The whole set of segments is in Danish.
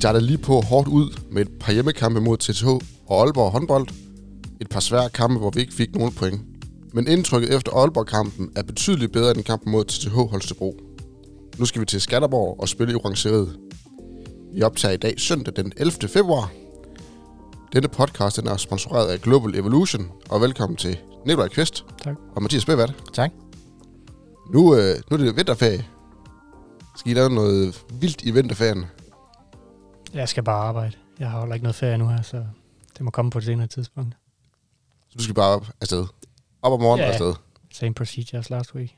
startede lige på hårdt ud med et par hjemmekampe mod TTH og Aalborg håndbold. Et par svære kampe, hvor vi ikke fik nogen point. Men indtrykket efter Aalborg-kampen er betydeligt bedre end kampen mod TTH Holstebro. Nu skal vi til Skanderborg og spille i Orangeriet. Vi optager i dag søndag den 11. februar. Denne podcast er sponsoreret af Global Evolution, og velkommen til Nikolaj Kvist. Tak. Og Mathias Bevat. Tak. Nu er det vinterferie. Skal I lave noget vildt i vinterferien? Jeg skal bare arbejde. Jeg har heller ikke noget ferie nu her, så det må komme på et senere tidspunkt. Så du skal bare op afsted? Op om morgenen afsted? Same procedure as last week.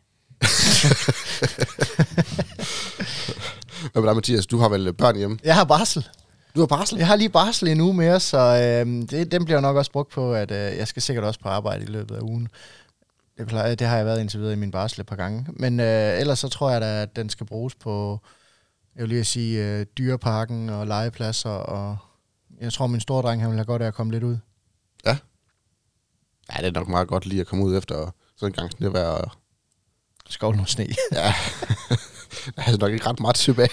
Hvad med dig, Mathias? Du har vel børn hjemme? Jeg har barsel. Du har barsel? Jeg har lige barsel en uge mere, så den bliver nok også brugt på, at jeg skal sikkert også på arbejde i løbet af ugen. Det har jeg været indtil videre i min barsel et par gange. Men ellers så tror jeg da, at den skal bruges på, jeg vil lige sige, dyreparken og legepladser. Og jeg tror, min store dreng, han vil have godt af at komme lidt ud. Ja. Ja, det er nok meget godt lige at komme ud efter sådan en gang snevejr og skovle noget sne. Ja. Der er nok ikke ret meget tilbage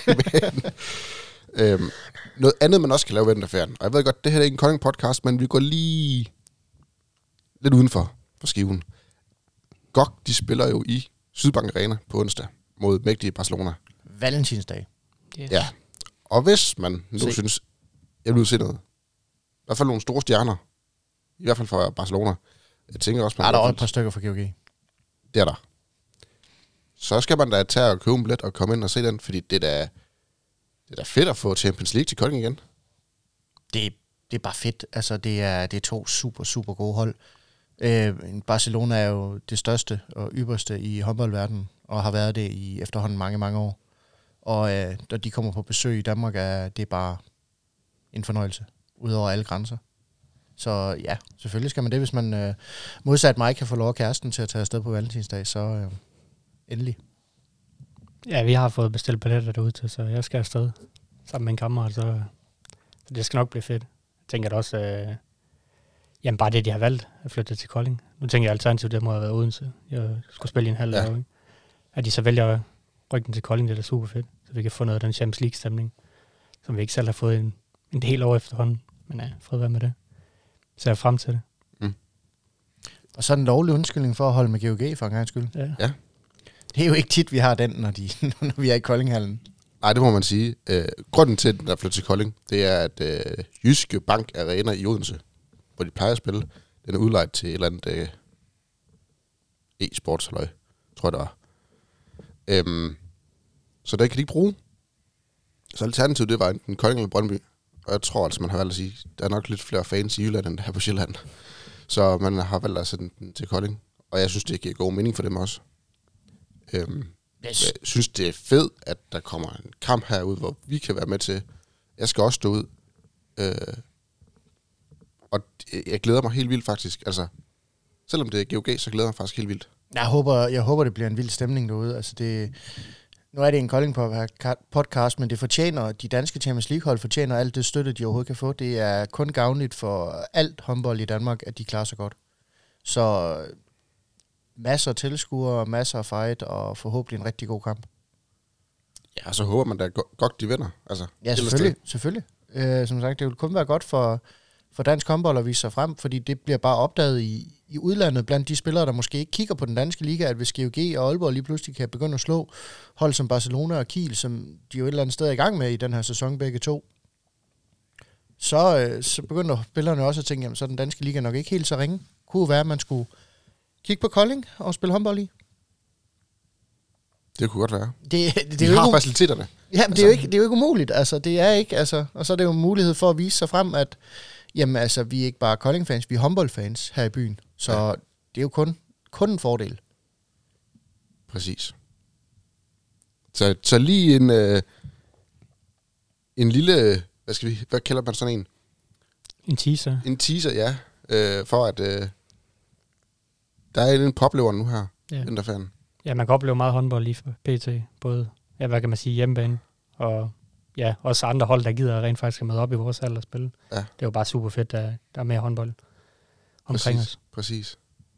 med. Noget andet, man også kan lave vinterferien. Og jeg ved godt, det her er ikke en Kolding podcast, men vi går lige lidt udenfor for skiven. GOG, de spiller jo i Sydbank Arena på onsdag mod mægtige Barcelona. Valentinsdag. Yes. Ja. Og hvis man nu synes, jeg vil se noget, i hvert fald nogle store stjerner, i hvert fald for Barcelona. Jeg tænker også, der er et par stykker fra GOG. Det er der. Så skal man da tage og købe en billet og komme ind og se den, fordi det er da fedt at få Champions League til Kolding igen. Det er bare fedt. Altså, det er to super gode hold. Barcelona er jo det største og ypperste i håndboldverdenen, og har været det i efterhånden mange år. Og når de kommer på besøg i Danmark, er det bare en fornøjelse, ud over alle grænser. Så ja, selvfølgelig skal man det, hvis man modsat mig kan få lov af kæresten til at tage afsted på Valentinsdag, så endelig. Ja, vi har fået bestilt billetter derude til, så jeg skal afsted sammen med en kammerat, så det skal nok blive fedt. Jeg tænker da også, jamen bare det, de har valgt at flytte til Kolding. Nu tænker jeg alternativt, det må have været Odense. Jeg skulle spille i en halv år, ikke? At de så vælger ryggen til Kolding, det er da super fedt, så vi kan få noget af den Champions League-stemning, som vi ikke selv har fået en del år efterhånden. Men ja, fred være med det. Så jeg er frem til det. Mm. Og så en lovlig undskyldning for at holde med GOG for en gang skyld. Ja. Det er jo ikke tit, vi har den, når vi er i Koldinghallen. Nej, det må man sige. Grunden til, at den er flyttet til Kolding, det er, at Jyske Bank Arena i Odense, hvor de plejer at spille, den er udlejet til et eller andet e-sportshalløj, tror jeg det var. Så der kan de ikke bruge. Så alternativet, det var enten Kolding eller Brøndby. Og jeg tror altså, man har valgt at sige, der er nok lidt flere fans i Jylland, end der her på Sjælland. Så man har valgt at sende den til Kolding. Og jeg synes, det giver god mening for dem også. Jeg synes, det er fedt, at der kommer en kamp herude, hvor vi kan være med til. Jeg skal også stå ud. Og jeg glæder mig helt vildt faktisk. Altså, selvom det er GOG, så glæder jeg mig faktisk helt vildt. Jeg håber, det bliver en vild stemning derude. Altså nu er det en Kolding podcast, men det fortjener, de danske Champions League-hold fortjener alt det støtte, de overhovedet kan få. Det er kun gavnligt for alt håndbold i Danmark, at de klarer sig godt. Så masser af tilskuere, masser af fight, og forhåbentlig en rigtig god kamp. Ja, så håber man da godt, de vinder. Altså, ja, selvfølgelig. Som sagt, det vil kun være godt for dansk håndbold at vise sig frem, fordi det bliver bare opdaget i udlandet blandt de spillere, der måske ikke kigger på den danske liga, at hvis GOG og Aalborg lige pludselig kan begynde at slå hold som Barcelona og Kiel, som de jo et eller andet sted er i gang med i den her sæson begge to, så begynder spillerne også at tænke, jamen så er den danske liga nok ikke helt så ringe. Kunne være, at man skulle kigge på Kolding og spille håndbold i. Det kunne godt være. Det har faciliteterne. Ja, men det er jo ikke umuligt. Altså, det er ikke, altså, og så er det jo en mulighed for at vise sig frem, at jamen, altså, vi er ikke bare Kolding-fans, vi er håndboldfans her i byen. Så det er jo kun en fordel. Præcis. Så lige en lille, hvad kalder man sådan en? En teaser. En teaser, ja. For at der er en poplever nu her, vinterferien. Ja, man kan opleve meget håndbold lige for PT. Både, ja, hvad kan man sige, hjemmebane og ja, også andre hold, der gider rent faktisk at med op i vores hal og spille. Ja. Det er jo bare super fedt, der er mere håndbold omkring os. Præcis.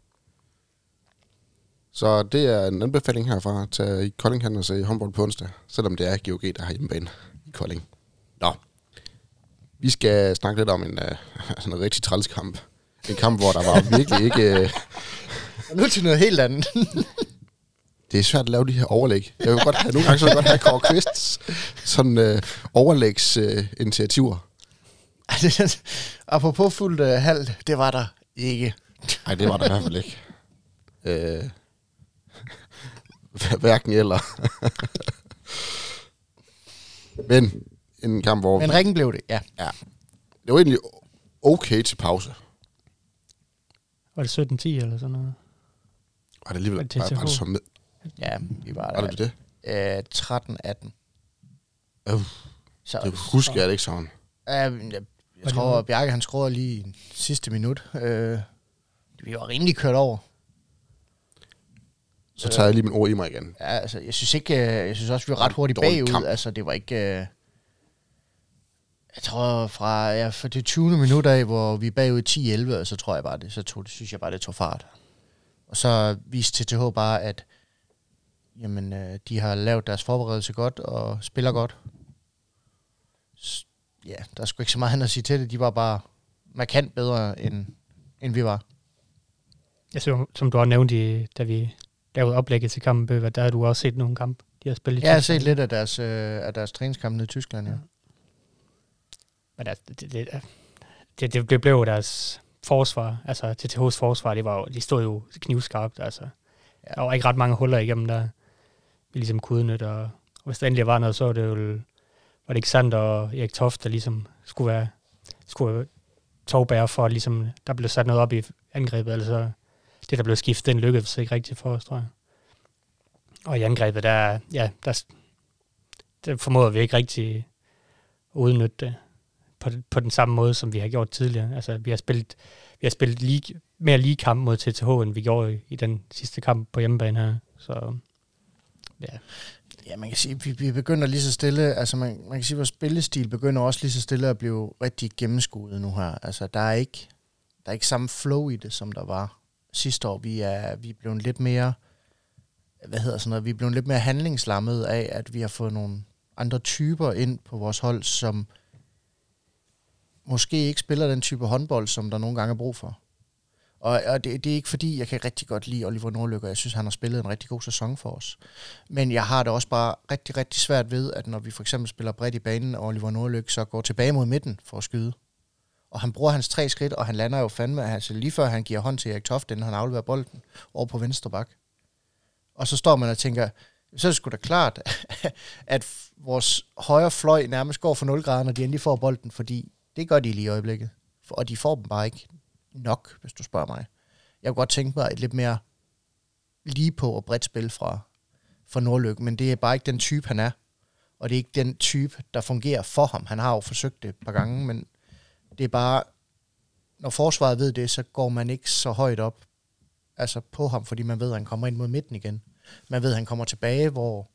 Så det er en anbefaling herfra at tage i Kolding og se håndbold på onsdag, selvom det er GOG, der har hjemmebane i Kolding. Nå, Vi skal snakke lidt om en rigtig træls kamp. En kamp, hvor der var virkelig ikke... Nu til noget helt andet. Det er svært at lave de her overlæg. Jeg vil godt have, nogle gange så vil jeg godt have Kåre Kvists sådan overlægsinitiativer. Apropos fuldt halvt, det var der ikke. Nej, det var der i hvert fald ikke. Hverken eller. Men en kamp, hvor... Men ringen blev det, ja. Det var egentlig okay til pause. Var det 17-10 eller sådan noget? Var det alligevel var det som med? Ja, vi var der. Var det det? 13-18. Så, det husker jeg det ikke sådan. Jeg tror, at Bjarke han scorede lige i sidste minut. Vi var rimelig kørt over. Så tager jeg lige min ord i mig igen. Ja, altså, jeg synes også, vi var ret hurtigt bagud. Kamp. Altså, det var ikke... jeg tror fra det 20. minut af, hvor vi er bagud 10-11, så tror jeg bare det. Synes jeg bare, det tog fart. Og så viste TTH bare, at jamen, de har lavet deres forberedelse godt og spiller godt. Ja, der er sgu ikke så meget at sige til det. De var bare markant bedre, end vi var. Jeg synes, som du har nævnt, da vi lavede oplægget til kampen, der har du også set nogle kampe, de har spillet i Tyskland. Jeg har set lidt af deres træningskampe i Tyskland, ja. Men det blev jo deres forsvar, altså TTH's forsvar, de stod jo knivskarpt, altså. Ja. Der var ikke ret mange huller igennem, der vi ligesom kunne udnytte, og hvis der endelig var noget, så var det jo, var det ikke Sander og Erik Toft, der ligesom skulle være togbærer for, at ligesom, der blev sat noget op i angrebet, altså det, der blev skiftet, den lykkedes ikke rigtigt for os, tror jeg. Og i angrebet, der formåede vi ikke rigtig at udnytte det på den samme måde, som vi har gjort tidligere. Altså, vi har spillet mere lige kamp mod TTH, end vi gjorde i den sidste kamp på hjemmebane her. Så, ja. Ja, man kan sige, vi begynder lige så stille, altså man kan sige, at vores spillestil begynder også lige så stille at blive rigtig gennemskuet nu her. Altså, der er ikke samme flow i det, som der var sidste år. Vi er blevet lidt mere, vi er blevet lidt mere handlingslammet af, at vi har fået nogle andre typer ind på vores hold, som måske ikke spiller den type håndbold, som der nogle gange er brug for. Og det er ikke fordi, jeg kan rigtig godt lide Oliver Nordlyk, og jeg synes, han har spillet en rigtig god sæson for os. Men jeg har det også bare rigtig, rigtig svært ved, at når vi for eksempel spiller bredt i banen, og Oliver Nordlyk så går tilbage mod midten for at skyde, og han bruger hans 3 skridt, og han lander jo fandme, altså lige før han giver hånd til Erik Toft, inden han afleverer bolden over på venstre bak. Og så står man og tænker, så er det sgu da klart, at vores højre fløj nærmest går for 0 grader, når de endelig får bolden, fordi det gør de lige i øjeblikket. Og de får dem bare ikke nok, hvis du spørger mig. Jeg kunne godt tænke mig et lidt mere lige på og bredt spil fra Nordlyk, men det er bare ikke den type, han er. Og det er ikke den type, der fungerer for ham. Han har jo forsøgt det et par gange, men det er bare, når forsvaret ved det, så går man ikke så højt op altså på ham, fordi man ved, at han kommer ind mod midten igen. Man ved, at han kommer tilbage, hvor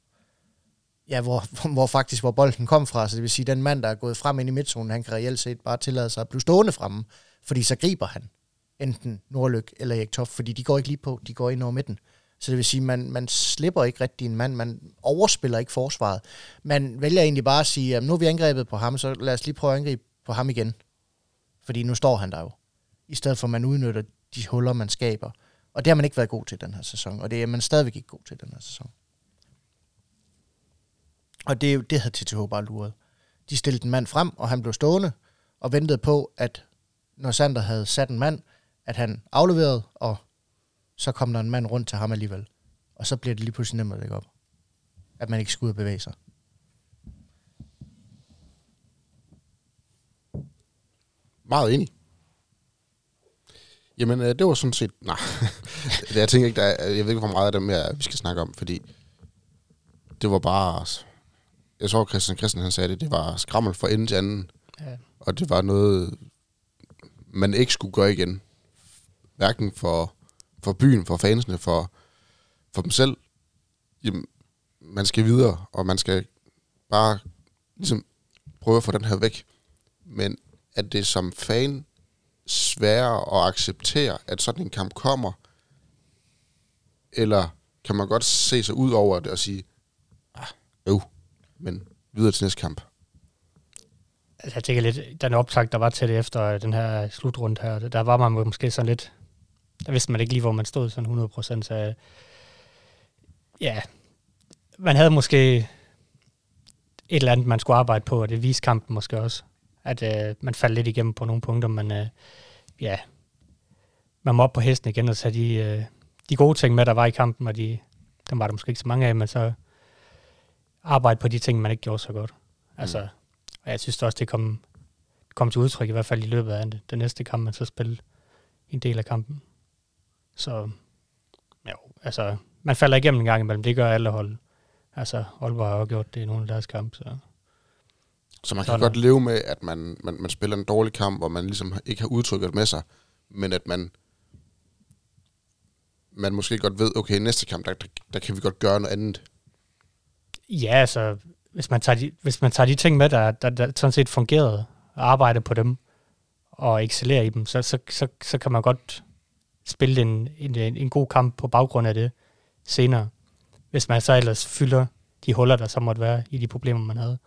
bolden kom fra. Så det vil sige, at den mand, der er gået frem ind i midtzonen, han kan reelt set bare tillade sig at blive stående fremme, fordi så griber han enten Nordlyk eller Erik Toft, fordi de går ikke lige på, de går ind over midten. Så det vil sige, at man slipper ikke rigtig en mand, man overspiller ikke forsvaret. Man vælger egentlig bare at sige, at nu har vi angrebet på ham, så lad os lige prøve at angribe på ham igen. Fordi nu står han der jo. I stedet for, at man udnytter de huller, man skaber. Og det har man ikke været god til den her sæson, og det er man stadigvæk ikke god til den her sæson. Og det havde TTH bare luret. De stillede en mand frem, og han blev stående, og ventede på, at når Sander havde sat en mand, at han afleverede, og så kom der en mand rundt til ham alligevel. Og så bliver det lige pludselig nemmere at lægge op. At man ikke skal ud og bevæge sig. Meget enig. Jamen, det var sådan set... Nej, jeg tænker ikke, jeg ved ikke, hvor meget af det mere, vi skal snakke om, fordi det var bare... Jeg tror, Christian han sagde det var skrammel fra ende til anden. Ja. Og det var noget, man ikke skulle gøre igen. Hverken for byen, for fansene, for dem selv. Jamen, man skal videre, og man skal bare ligesom prøve at få den her væk. Men at det som fan sværere at acceptere, at sådan en kamp kommer, eller kan man godt se sig ud over det og sige, men videre til næste kamp? Altså, jeg tænker lidt, den optakt, der var til det efter den her slutrunde her, der var man måske sådan lidt, der vidste man ikke lige, hvor man stod sådan 100%, så ja, man havde måske et eller andet, man skulle arbejde på, og det viste kampen måske også, at man faldt lidt igennem på nogle punkter, men ja, man må op på hesten igen og tage de gode ting med, der var i kampen, og dem var der måske ikke så mange af, men så arbejde på de ting, man ikke gjorde så godt. Altså, og jeg synes også, det kom til udtryk, i hvert fald i løbet af den næste kamp, man så spillede en del af kampen. Så, jo, altså, man falder igennem en gang imellem, det gør alle hold. Altså, Aalborg har også gjort det i nogle af deres kampe, så man kan godt leve med, at man spiller en dårlig kamp, hvor man ligesom ikke har udtrykket med sig, men at man måske godt ved, okay, næste kamp, der kan vi godt gøre noget andet. Ja, altså, hvis man tager de ting med, der sådan set fungerede, og arbejder på dem, og excellerer i dem, så kan man godt spille en god kamp på baggrund af det senere. Hvis man så ellers fylder de huller, der så måtte være i de problemer, man havde.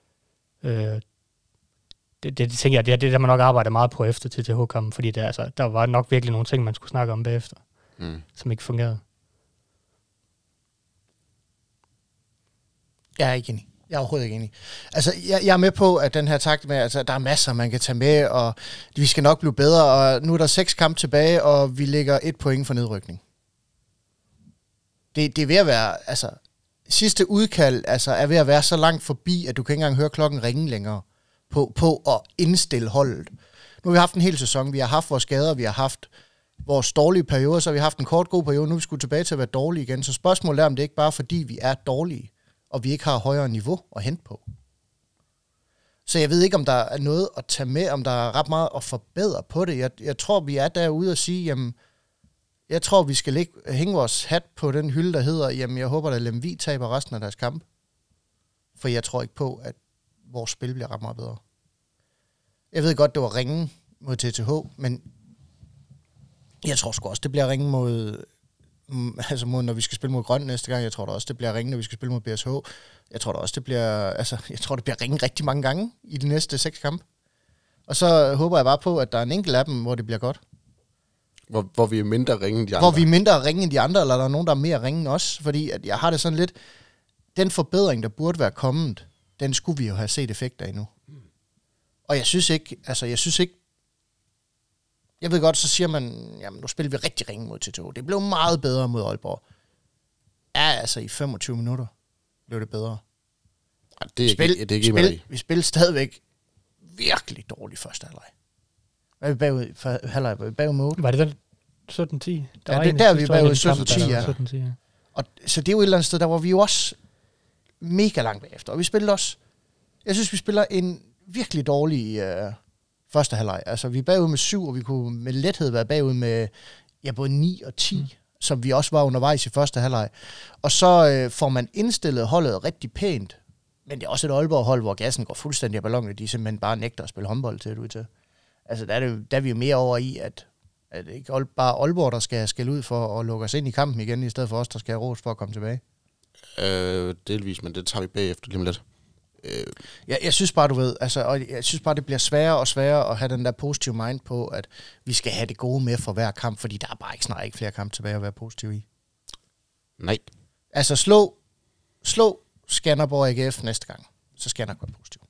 Det tænker jeg, det er det, der man nok arbejder meget på efter TTH-kampen, fordi der var nok virkelig nogle ting, man skulle snakke om bagefter, som ikke fungerede. Jeg er ikke enig. Jeg er overhovedet ikke enig. Altså, jeg er med på, at den her takt med, altså, der er masser, man kan tage med, og vi skal nok blive bedre, og nu er der 6 kampe tilbage, og vi ligger 1 point for nedrykning. Det er ved at være, altså, sidste udkald, altså, er ved at være så langt forbi, at du kan ikke engang høre klokken ringe længere på at indstille holdet. Nu har vi haft en hel sæson, vi har haft vores skader, vi har haft vores dårlige perioder, så har vi haft en kort god periode, nu er vi skulle tilbage til at være dårlige igen, så spørgsmålet er, om det ikke bare fordi, vi er dårlige, og vi ikke har højere niveau at hente på. Så jeg ved ikke, om der er noget at tage med, om der er ret meget at forbedre på det. Jeg tror, vi er derude og sige, jamen, jeg tror, vi skal hænge vores hat på den hylde, der hedder, jamen, jeg håber, at Lemvig taber resten af deres kamp. For jeg tror ikke på, at vores spil bliver ret meget bedre. Jeg ved godt, det var ringen mod TTH, men jeg tror sgu også, det bliver ringen mod når vi skal spille mod Grøn næste gang. Jeg tror da også, det bliver ringe, når vi skal spille mod BSH. Jeg tror da også, det bliver ringe rigtig mange gange i de næste 6 kampe. Og så håber jeg bare på, at der er en enkelt af dem, hvor det bliver godt. Hvor vi er mindre ringe end de andre. Hvor vi er mindre ringe end de andre, eller der er nogen, der er mere ringe end os. Fordi at jeg har det sådan lidt, den forbedring, der burde være kommet, den skulle vi jo have set effekt af nu. Og jeg synes ikke, jeg ved godt, så siger man, jamen nu spiller vi rigtig ringe mod TTH. Det blev meget bedre mod Aalborg. Ja, altså i 25 minutter blev det bedre. Ja, det er ikke vi spillede stadigvæk virkelig dårligt første halvleg. Hvad er vi bagud for halvleg? Var vi bagud mod 8? Var det den 17-10? Ja, det er der, vi er bagud 17-10, ja. 17-10, ja. Og så det er jo et eller andet sted, der var vi jo også mega langt bagefter. Og vi spillede også, jeg synes, vi spiller en virkelig dårlig første halvleg. Altså, vi er bagud med 7, og vi kunne med lethed være bagud med både 9 og 10, som vi også var undervejs i første halvleg. Og så får man indstillet holdet rigtig pænt, men det er også et Aalborg-hold, hvor gassen går fuldstændig af ballonen, de simpelthen bare nægter at spille håndbold til det ud til. Altså, der er vi jo mere over i, at ikke bare Aalborg, der skal skælde ud for at lukke os ind i kampen igen, i stedet for os, der skal have ros for at komme tilbage. Delvis, men det tager vi bagefter lige om lidt. Jeg synes bare, du ved, altså, og jeg synes bare, det bliver sværere og sværere at have den der positive mind på, at vi skal have det gode med for hver kamp, fordi der er bare snart ikke flere kampe tilbage at være positiv i. Nej. Altså, slå Skanderborg AGF næste gang, så skal nok være positiv.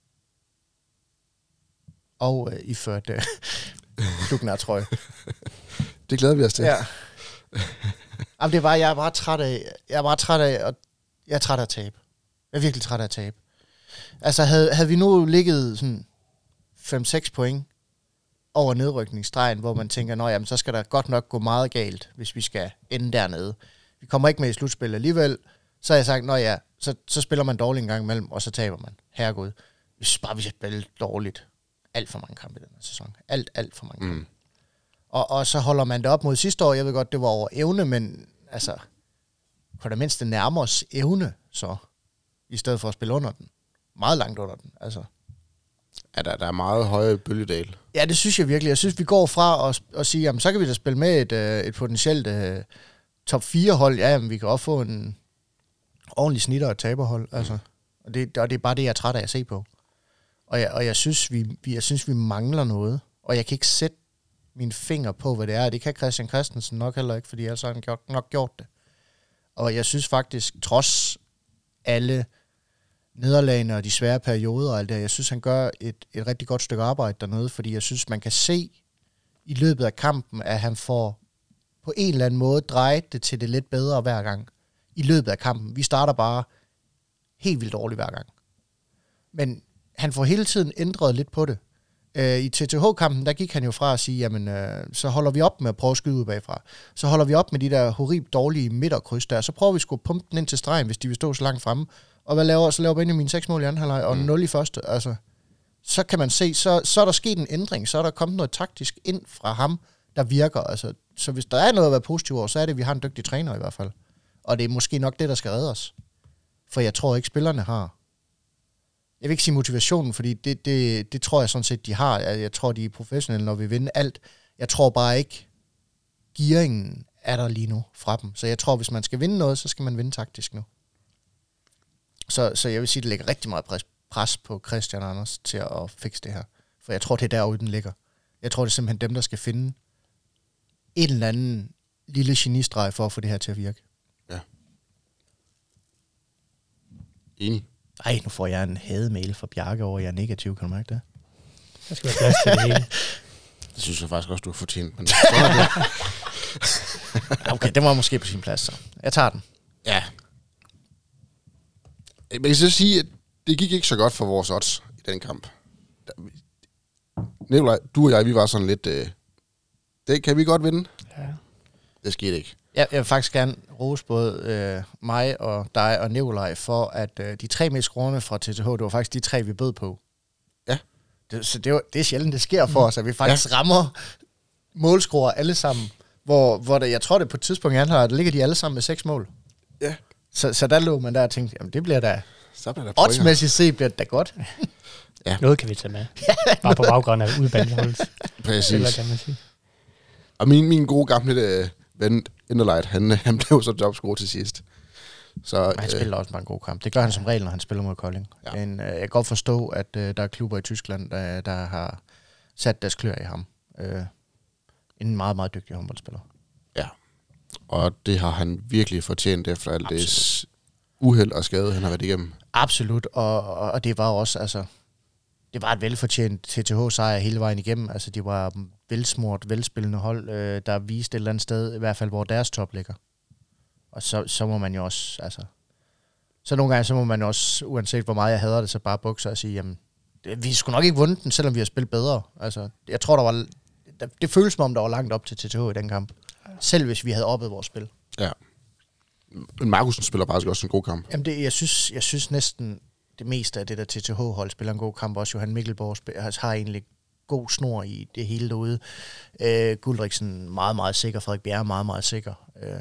Og iført klubben af trøje. Det glæder vi os til. Ja. Jamen, det var, jeg er bare træt af at tabe. Jeg er virkelig træt af at tabe. Altså, havde vi nu ligget sådan 5-6 point over nedrykningsstregen, hvor man tænker, jamen, så skal der godt nok gå meget galt, hvis vi skal ende dernede. Vi kommer ikke med i slutspil alligevel. Så har jeg sagt, så spiller man dårligt en gang imellem, og så taber man. Herregud. Vi synes bare, vi skal spille dårligt. Alt for mange kampe i den her sæson. Alt for mange kampe. Og så holder man det op mod sidste år. Jeg ved godt, det var over evne, men altså, på det mindste nærmer os evne, så i stedet for at spille under den. Meget langt under den, altså. Ja, der er meget høje bølgedal. Ja, det synes jeg virkelig. Jeg synes, vi går fra at sige, jamen, så kan vi da spille med et potentielt top 4-hold. Ja, jamen, vi kan også få en ordentlig snitter og taberhold. Altså. Og det er bare det, jeg er træt af at se på. Og jeg synes, vi mangler noget. Og jeg kan ikke sætte mine fingre på, hvad det er. Det kan Christian Christensen nok heller ikke, fordi ellers har han nok gjort det. Og jeg synes faktisk, trods alle nederlagene og de svære perioder og alt det, jeg synes, han gør et rigtig godt stykke arbejde dernede, fordi jeg synes, man kan se i løbet af kampen, at han får på en eller anden måde drejet det til det lidt bedre hver gang i løbet af kampen. Vi starter bare helt vildt dårligt hver gang. Men han får hele tiden ændret lidt på det. I TTH-kampen, der gik han jo fra at sige, jamen, så holder vi op med at prøve at skyde ud bagfra. Så holder vi op med de der horribelt dårlige midterkryds der. Så prøver vi sgu at pumpe den ind til stregen, hvis de vil stå så langt fremme. Og hvad laver så laver vi ind i mine 6 mål i anden halvleg, og 0 i første. Altså, så kan man se, så er der sket en ændring. Så er der kommet noget taktisk ind fra ham, der virker. Altså, så hvis der er noget at være positiv over, så er det, at vi har en dygtig træner i hvert fald. Og det er måske nok det, der skal redde os. For jeg tror ikke, spillerne har. Jeg vil ikke sige motivationen, fordi det tror jeg sådan set, de har. Jeg tror, de er professionelle, når vi vinder alt. Jeg tror bare ikke, gearingen er der lige nu fra dem. Så jeg tror, hvis man skal vinde noget, så skal man vinde taktisk nu. Så jeg vil sige, det lægger rigtig meget pres på Christian og Anders til at fikse det her. For jeg tror, det er derude, den ligger. Jeg tror, det er simpelthen dem, der skal finde en eller anden lille genistreg for at få det her til at virke. Ja. Enig. Ej, nu får jeg en hademail fra Bjarke over, jeg er negativ, kan du mærke det? Der skal være plads til det hele. Det synes jeg faktisk også, du har fortjent. Men okay, det var måske på sin plads, så. Jeg tager den. ja. Man kan så sige, at det gik ikke så godt for vores odds i den kamp. Nikolaj, du og jeg, vi var sådan lidt... det kan vi godt vinde. Ja. Det skete ikke. Jeg vil faktisk gerne rose både mig og dig og Nikolaj for, at de 3 mest scorende fra TTH, det var faktisk de 3, vi bød på. Ja. Så det er sjældent, det sker for os, at vi faktisk rammer målscorer alle sammen. Hvor jeg tror, det på et tidspunkt i anden halvleg, der ligger de alle sammen med 6 mål. Ja. Så der lå man der og tænkte, jamen det bliver da... Så bliver der oddsmæssigt set bliver det da godt. Ja. Noget kan vi tage med. Bare på baggrund af udbaneholdet. Præcis. Kan man sige. Og min gode gamle ven Inderlight, han blev så jobscorer til sidst. Så, han spiller også bare en god kamp. Det gør han som regel, når han spiller mod Kolding. Ja. Men jeg kan godt forstå, at der er klubber i Tyskland, der har sat deres klør i ham. En meget, meget dygtig håndboldspiller. Ja, og det har han virkelig fortjent efter alt det uheld og skade, han har været igennem. Absolut, og det var også, altså, det var et velfortjent TTH-sejr hele vejen igennem. Altså, de var velsmurt, velspillende hold, der viste et eller andet sted, i hvert fald, hvor deres top ligger. Og så må man jo også, altså... Så nogle gange, så må man også, uanset hvor meget jeg hader det, så bare bukser og sige, jamen, vi skulle nok ikke vundet den, selvom vi har spillet bedre. Altså, jeg tror, det føles som om, der var langt op til TTH i den kamp. Selv hvis vi havde oppet vores spil. Ja. Men Markusen spiller faktisk også en god kamp. Jamen, jeg synes næsten det meste af det der TTH-hold spiller en god kamp. Også Johan Mikkelborg har egentlig god snor i det hele derude. Guldriksen meget, meget sikker. Frederik Bjerre meget, meget sikker.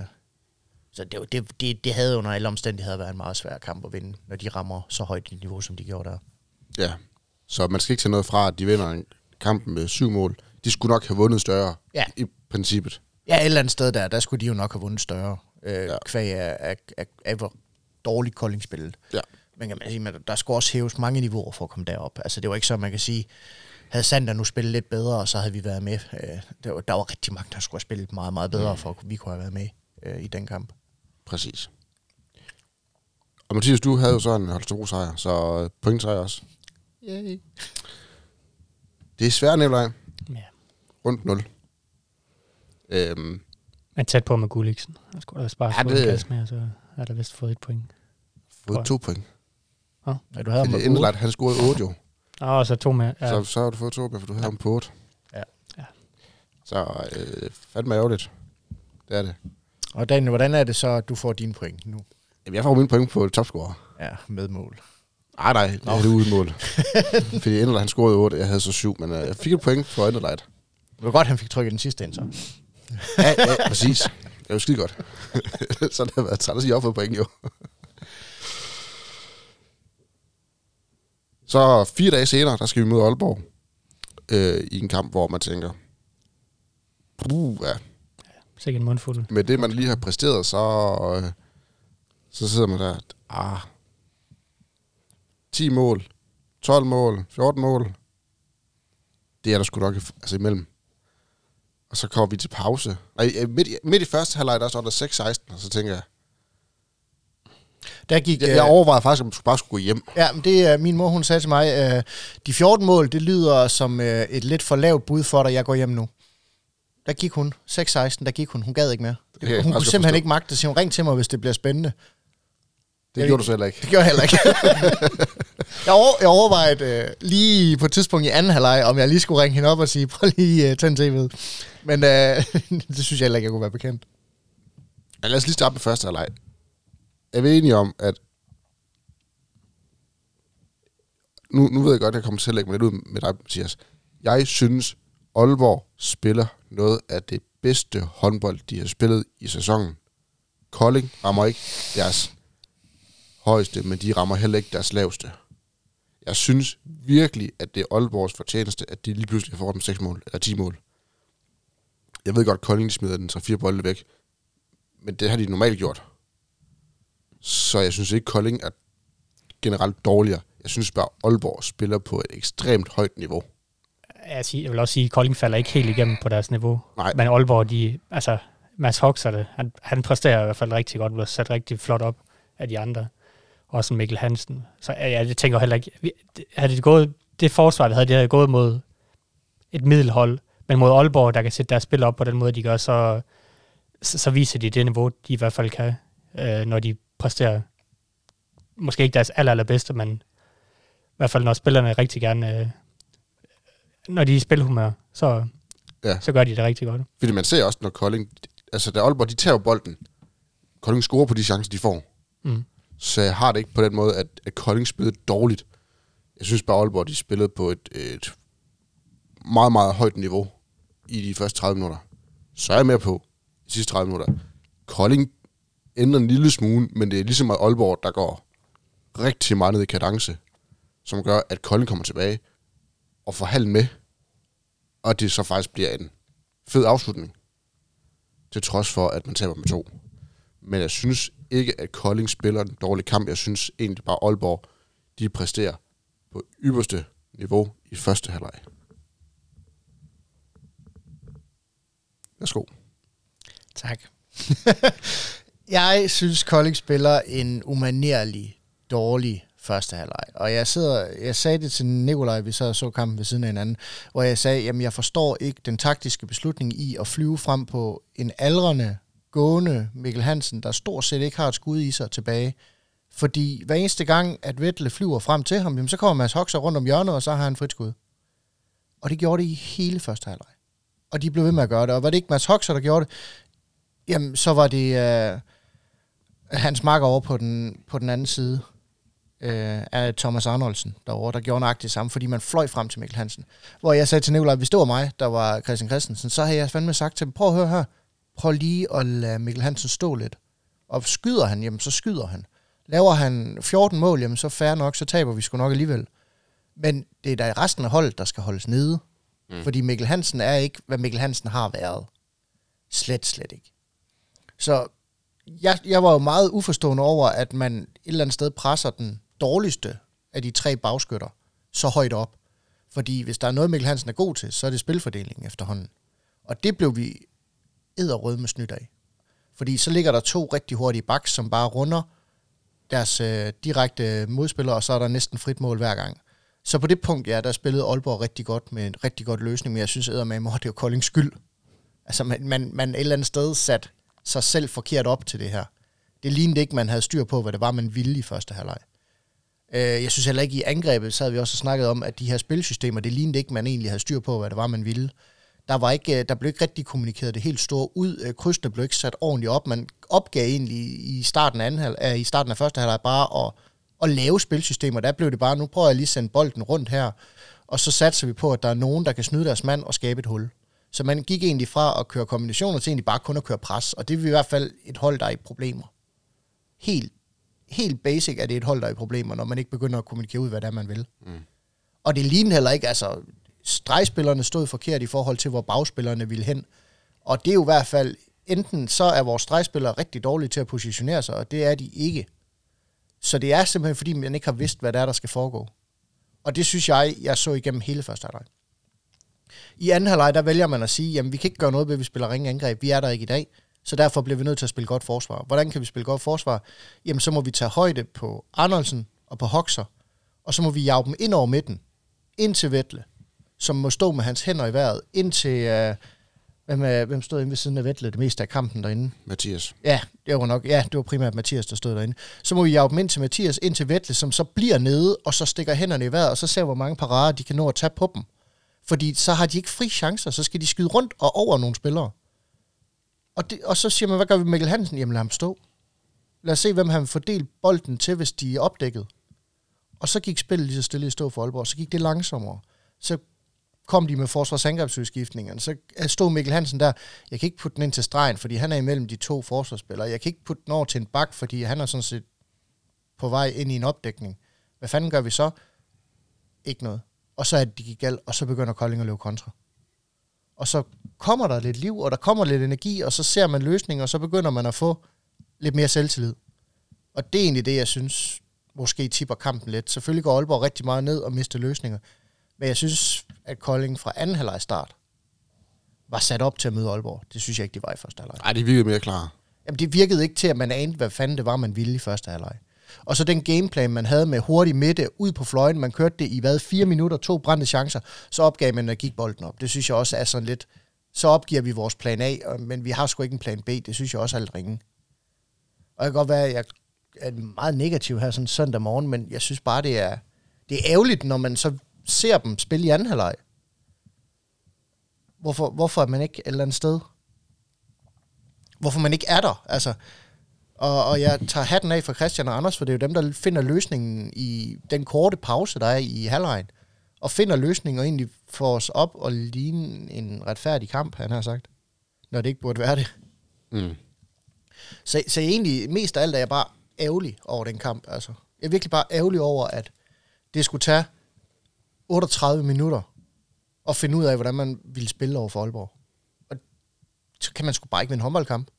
Så det havde under alle omstændigheder været en meget svær kamp at vinde, når de rammer så højt et niveau, som de gjorde der. Ja, så man skal ikke tage noget fra, at de vinder en kamp med 7 mål. De skulle nok have vundet større, i princippet. Ja, et eller andet sted der skulle de jo nok have vundet større. Kvæg af hvor dårligt Kolding-spillet. Ja. Men kan man sige, der skulle også hæves mange niveauer for at komme derop. Altså det var ikke så, man kan sige, havde Sander nu spillet lidt bedre, så havde vi været med. Der var rigtig mange, der skulle have spillet meget, meget bedre, for at vi kunne have været med i den kamp. Præcis. Og Mathias, du havde jo så en Holstebro-sejr, så point-sejr også. Yay. Det er svært, Nikolaj. Ja. Rundt 0. Men tæt på med Gulliksen. Jeg skulle da bare få en gas med, så har der vist fået 1 point. Fået 2 point. Ja, du havde ham på 8. Han scorede 8 jo. Og så 2 med. Ja. Så har du fået 2 med, for du havde ham på 8. Ja. Så fandme ærgerligt. Det er det. Og Daniel, hvordan er det så, at du får dine point nu? Jamen, jeg får mine point på topscorer. Ja, med mål. Nej, det er det uden mål. Fordi Enderlight, han scorede 8, jeg havde så 7, men jeg fik et point for Enderlight. Det var godt, han fik trykket den sidste ind, så. Ja, præcis. Det var skide godt. Så det har været træt at sige op for point, jo. Så 4 dage senere, der skal vi møde Aalborg. I en kamp, hvor man tænker, ja. Sikkert en mundfuld. Med det, man lige har præsteret, så sidder man der, 10 mål, 12 mål, 14 mål. Det er der sgu nok imellem. Og så kommer vi til pause. Nej, midt i første halvleg, der står der 6-16, og så tænker jeg... Der gik, jeg overvejede faktisk, om du bare skulle gå hjem. Ja, men det er min mor, hun sagde til mig, de 14 mål, det lyder som et lidt for lavt bud for dig, jeg går hjem nu. Der gik hun. 6-16, der gik hun. Hun gad ikke mere. Hun kunne simpelthen ikke magte det. Så hun ringte til mig, hvis det bliver spændende. Det gjorde du så heller ikke. Det gjorde jeg heller ikke. Jeg overvejede lige på et tidspunkt i anden halvleg, om jeg lige skulle ringe hende op og sige, prøv lige tænd tv'et. Men det synes jeg heller ikke, jeg kunne være bekendt. Ja, lad os lige starte med første halvleg. Er vi enige om, at... Nu ved jeg godt, at jeg kommer til at lægge mig lidt ud med dig, Mathias. Jeg synes, Aalborg spiller noget af det bedste håndbold, de har spillet i sæsonen. Kolding rammer ikke deres højeste, men de rammer heller ikke deres laveste. Jeg synes virkelig, at det er Aalborgs fortjeneste, at de lige pludselig får dem 6 mål, eller 10 mål. Jeg ved godt, at Kolding smider den 3-4 bolde væk, men det har de normalt gjort. Så jeg synes ikke, Kolding er generelt dårligere. Jeg synes bare, Aalborg spiller på et ekstremt højt niveau. Jeg vil også sige, at Kolding falder ikke helt igennem på deres niveau. Nej. Men Aalborg, Mads Hoxer, han præsterer i hvert fald rigtig godt, og sat rigtig flot op af de andre. Også Mikkel Hansen. Så jeg tænker heller ikke, havde det forsvar, det havde gået mod et middelhold, men mod Aalborg, der kan sætte deres spil op på den måde, de gør, så viser de det niveau, de i hvert fald kan, når de præsterer. Måske ikke deres allerbedste, men i hvert fald når spillerne rigtig gerne, når de er i spilhumør, så gør de det rigtig godt. Fordi man ser også, når Kolding, altså da Aalborg, de tager bolden, Kolding scorer på de chancer, de får. Mm. Så jeg har det ikke på den måde, at Kolding spillede dårligt. Jeg synes bare, Aalborg, de spillede på et meget, meget højt niveau i de første 30 minutter. Så er jeg mere på de sidste 30 minutter. Kolding ændrer en lille smule, men det er ligesom at Aalborg, der går rigtig meget ned i kadence, som gør, at Kolding kommer tilbage og får halv med, og det så faktisk bliver en fed afslutning, til trods for, at man taber med 2. Men jeg synes ikke, at Kolding spiller en dårlig kamp. Jeg synes egentlig bare, at Aalborg, de præsterer på ypperste niveau i første halvleg. Værsgo. Tak. Jeg synes, Kolding spiller en umanerlig dårlig første halvleg. Og jeg sagde det til Nikolaj, vi så kampen ved siden af hinanden, hvor jeg sagde, jamen jeg forstår ikke den taktiske beslutning i at flyve frem på en aldrende, gående Mikkel Hansen, der stort set ikke har et skud i sig tilbage. Fordi hver eneste gang, at Vettle flyver frem til ham, jamen, så kommer Mads Hoxer rundt om hjørnet, og så har han frit skud. Og det gjorde det i hele første halvleg. Og de blev ved med at gøre det. Og var det ikke Mads Hoxer, der gjorde det, jamen så var det hans makker over på den anden side af Thomas Arnoldsen derovre, der gjorde nøjagtigt det samme, fordi man fløj frem til Mikkel Hansen. Hvor jeg sagde til Nikolaj, hvis det var mig, der var Christian Christensen, så havde jeg fandme sagt til dem, prøv at høre her, prøv lige at lade Mikkel Hansen stå lidt. Og skyder han, jamen så skyder han. Laver han 14 mål, jamen så fair nok, så taber vi sgu nok alligevel. Men det er da resten af holdet, der skal holdes nede. Fordi Mikkel Hansen er ikke, hvad Mikkel Hansen har været. Slet ikke. Så jeg var jo meget uforstående over, at man et eller andet sted presser den dårligste af de 3 bagskytter så højt op. Fordi hvis der er noget, Mikkel Hansen er god til, så er det spilfordelingen efterhånden. Og det blev vi edderrød med snydt af. Fordi så ligger der 2 rigtig hurtige backs, som bare runder deres direkte modspillere, og så er der næsten frit mål hver gang. Så på det punkt, ja, der spillede Aalborg rigtig godt med en rigtig godt løsning, men jeg synes eddermame, det var Koldings skyld. Altså man et eller andet sted sat sig selv forkert op til det her. Det lignede ikke, man havde styr på, hvad det var, man ville i første halvleg. Jeg synes heller ikke i angrebet, så havde vi også snakket om, at de her spilsystemer, det lignede ikke, man egentlig havde styr på, hvad det var, man ville. Der blev ikke rigtig kommunikeret det helt store ud. Krydsene blev ikke sat ordentligt op. Man opgav egentlig i starten af første halvleg bare at lave spilsystemer. Der blev det bare, nu prøver jeg lige at sende bolden rundt her, og så satser vi på, at der er nogen, der kan snyde deres mand og skabe et hul. Så man gik egentlig fra at køre kombinationer til egentlig bare kun at køre pres, og det er i hvert fald et hold, der er i problemer. Helt basic er det et hold, der er i problemer, når man ikke begynder at kommunikere ud, hvad det er, man vil. Og det lignede heller ikke, altså stregspillerne stod forkert i forhold til, hvor bagspillerne ville hen. Og det er jo i hvert fald, enten så er vores stregspillere rigtig dårlige til at positionere sig, og det er de ikke. Så det er simpelthen, fordi man ikke har vidst, hvad der skal foregå. Og det synes jeg så igennem hele første halvleg. I anden halvleg, der vælger man at sige, jamen vi kan ikke gøre noget ved, at vi spiller ringe angreb. Vi er der ikke i dag, så derfor bliver vi nødt til at spille godt forsvar. Hvordan kan vi spille godt forsvar? Jamen så må vi tage højde på Arnoldsen og på Hoxer, og så må vi jage dem ind over midten, ind til Vettle, som må stå med hans hænder i vejret, ind til... Hvem stod inde ved siden af Vettle det meste af kampen derinde? Mathias. Ja, det var primært Mathias, der stod derinde. Så må vi jage dem ind til Mathias, ind til Vettle, som så bliver nede, og så stikker hænderne i vejret, og så ser hvor mange parader de kan nå at tage på dem. Fordi så har de ikke fri chancer, så skal de skyde rundt og over nogle spillere. Og så siger man, hvad gør vi med Mikkel Hansen? Jamen lad ham stå. Lad os se, hvem han fordelt bolden til, hvis de er opdækket. Og så gik spillet lige så stille i stå for Aalborg, så gik det langsommere. Så kom de med forsvarsangrebsudskiftningerne. Så stod Mikkel Hansen der, jeg kan ikke putte den ind til stregen, fordi han er imellem de to forsvarsspillere. Jeg kan ikke putte den over til en bak, fordi han er sådan set på vej ind i en opdækning. Hvad fanden gør vi så? Ikke noget. Og så er det, de gik galt, og så begynder Kolding at løbe kontra. Og så kommer der lidt liv, og der kommer lidt energi, og så ser man løsninger, og så begynder man at få lidt mere selvtillid. Og det er egentlig det, jeg synes, måske tipper kampen lidt. Selvfølgelig går Aalborg rigtig meget ned og mister løsninger. Men jeg synes, at Kolding fra anden halvleg start var sat op til at møde Aalborg. Det synes jeg ikke, de var i første halvleg. Nej, de virkede mere klar. Jamen, det virkede ikke til, at man anede, hvad fanden det var, man ville i første halvleg. Og så den gameplan, man havde med hurtig midte ud på fløjen, man kørte det i 4 minutter, 2 brændte chancer, så opgav man at gik bolden op. Det synes jeg også er sådan lidt, så opgiver vi vores plan A, men vi har sgu ikke en plan B. Det synes jeg også er lidt ringe. Og det kan godt være, at jeg er meget negativ her sådan søndag morgen, men jeg synes bare, det er ærgerligt, når man så ser dem spille i anden halvleg. Hvorfor er man ikke et eller andet sted? Hvorfor man ikke er der? Altså, og jeg tager hatten af for Christian og Anders, for det er jo dem, der finder løsningen i den korte pause, der er i halvlegen, og finder løsningen og egentlig får os op og ligne en retfærdig kamp, han har sagt, når det ikke burde være det. Mm. Så egentlig mest af alt er jeg bare ærgerlig over den kamp. Altså, jeg er virkelig bare ærgerlig over, at det skulle tage 38 minutter at finde ud af, hvordan man ville spille over for Aalborg. Og så kan man sgu bare ikke vinde håndboldkamp.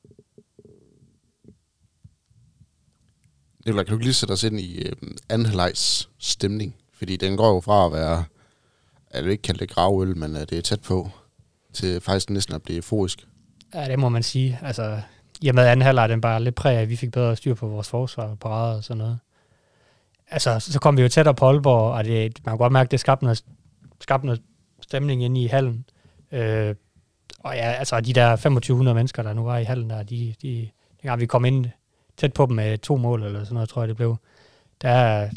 Kan du ikke lige sætte os ind i anden halvlegs stemning? Fordi den går jo fra at være, jeg vil ikke kalde det gravøl, men det er tæt på, til faktisk næsten at blive euforisk. Ja, det må man sige. Altså, i og med anden halvleg, den bare lidt præg af, at vi fik bedre styr på vores forsvar og parader og sådan noget. Altså, så kom vi jo tættere på Aalborg, og man kan godt mærke, at det skabte noget stemning inde i hallen. Og ja, altså, de der 2500 mennesker, der nu var i hallen, dengang vi kom ind tæt på dem med 2 mål, eller sådan noget, tror jeg, det blev. Der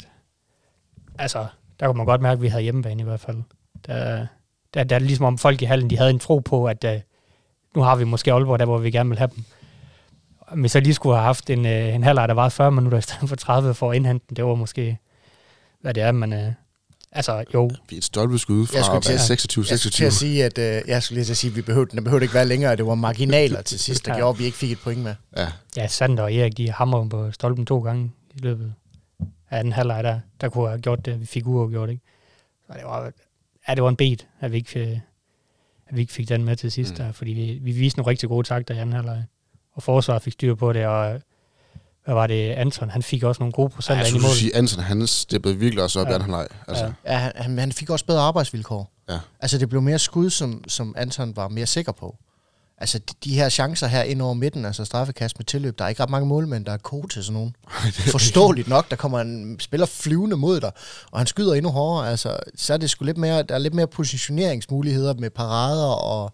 kunne man godt mærke, at vi havde hjemmebane i hvert fald. Der er ligesom om folk i hallen, de havde en tro på, at nu har vi måske Aalborg der, hvor vi gerne vil have dem. Om vi så lige skulle have haft en halvleg, der var 40 minutter i stedet for 30 for at indhente den, det var måske, hvad det er, men jo. Vi er et stolpeskud fra 26-26. Jeg skulle til at sige, at vi behøvede ikke være længere, det var marginaler til sidst, der gjorde, at vi ikke fik et point med. Ja, Sander og Erik, de hammer på stolpen 2 gange i løbet af den halvleg, der kunne have gjort det, vi fik uafgjort, ikke? Så det var en bed, at vi ikke fik den med til sidst, der, fordi vi viste nogle rigtig gode takter i anden halvleg. Og forsvaret fik styr på det, og hvad var det, Anton, han fik også nogle gode procenter ind i mål. Jeg skulle sige, Anton, han steppede virkelig også op i anden halvleg. Altså. Ja, han fik også bedre arbejdsvilkår. Ja. Altså, det blev mere skud, som Anton var mere sikker på. Altså, de her chancer her ind over midten, altså straffekast med tilløb, der er ikke ret mange målmænd, der er gode til sådan nogen. Forståeligt nok, der kommer en spiller flyvende mod dig, og han skyder endnu hårdere. Altså, så er det sgu der er lidt mere positioneringsmuligheder med parader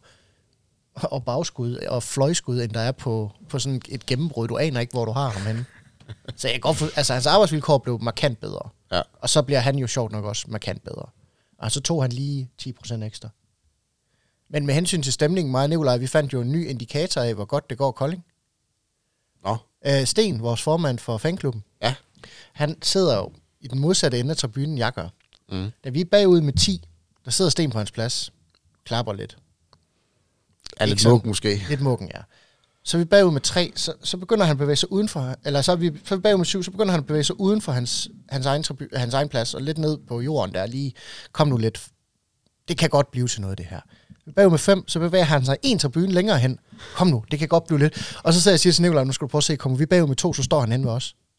og bagskud og fløjskud, end der er på sådan et gennembrud. Du aner ikke, hvor du har ham henne. Så jeg går hans arbejdsvilkår blev markant bedre. Ja. Og så bliver han jo sjovt nok også markant bedre. Og så tog han lige 10% ekstra. Men med hensyn til stemningen, mig og Nikolaj, vi fandt jo en ny indikator af, hvor godt det går Kolding. Nå. Sten, vores formand for fanklubben, han sidder jo i den modsatte ende af tribunen, jeg gør. Da vi er bagud med 10, der sidder Sten på hans plads, klapper lidt. Ja, lidt muggen måske. Lidt muggen, ja. Så er vi bagud med 3, så begynder han at bevæge sig udenfor, eller så er vi bagud med 7, så begynder han at bevæge sig uden for hans egen plads, og lidt ned på jorden der lige, kom nu lidt, det kan godt blive til noget det her. Vi er bagud med 5, så bevæger han sig en tribune længere hen, kom nu, det kan godt blive lidt. Og så siger jeg til Nikolaj, nu skal du prøve at se, kommer vi bagud med 2, så står han hen ved os.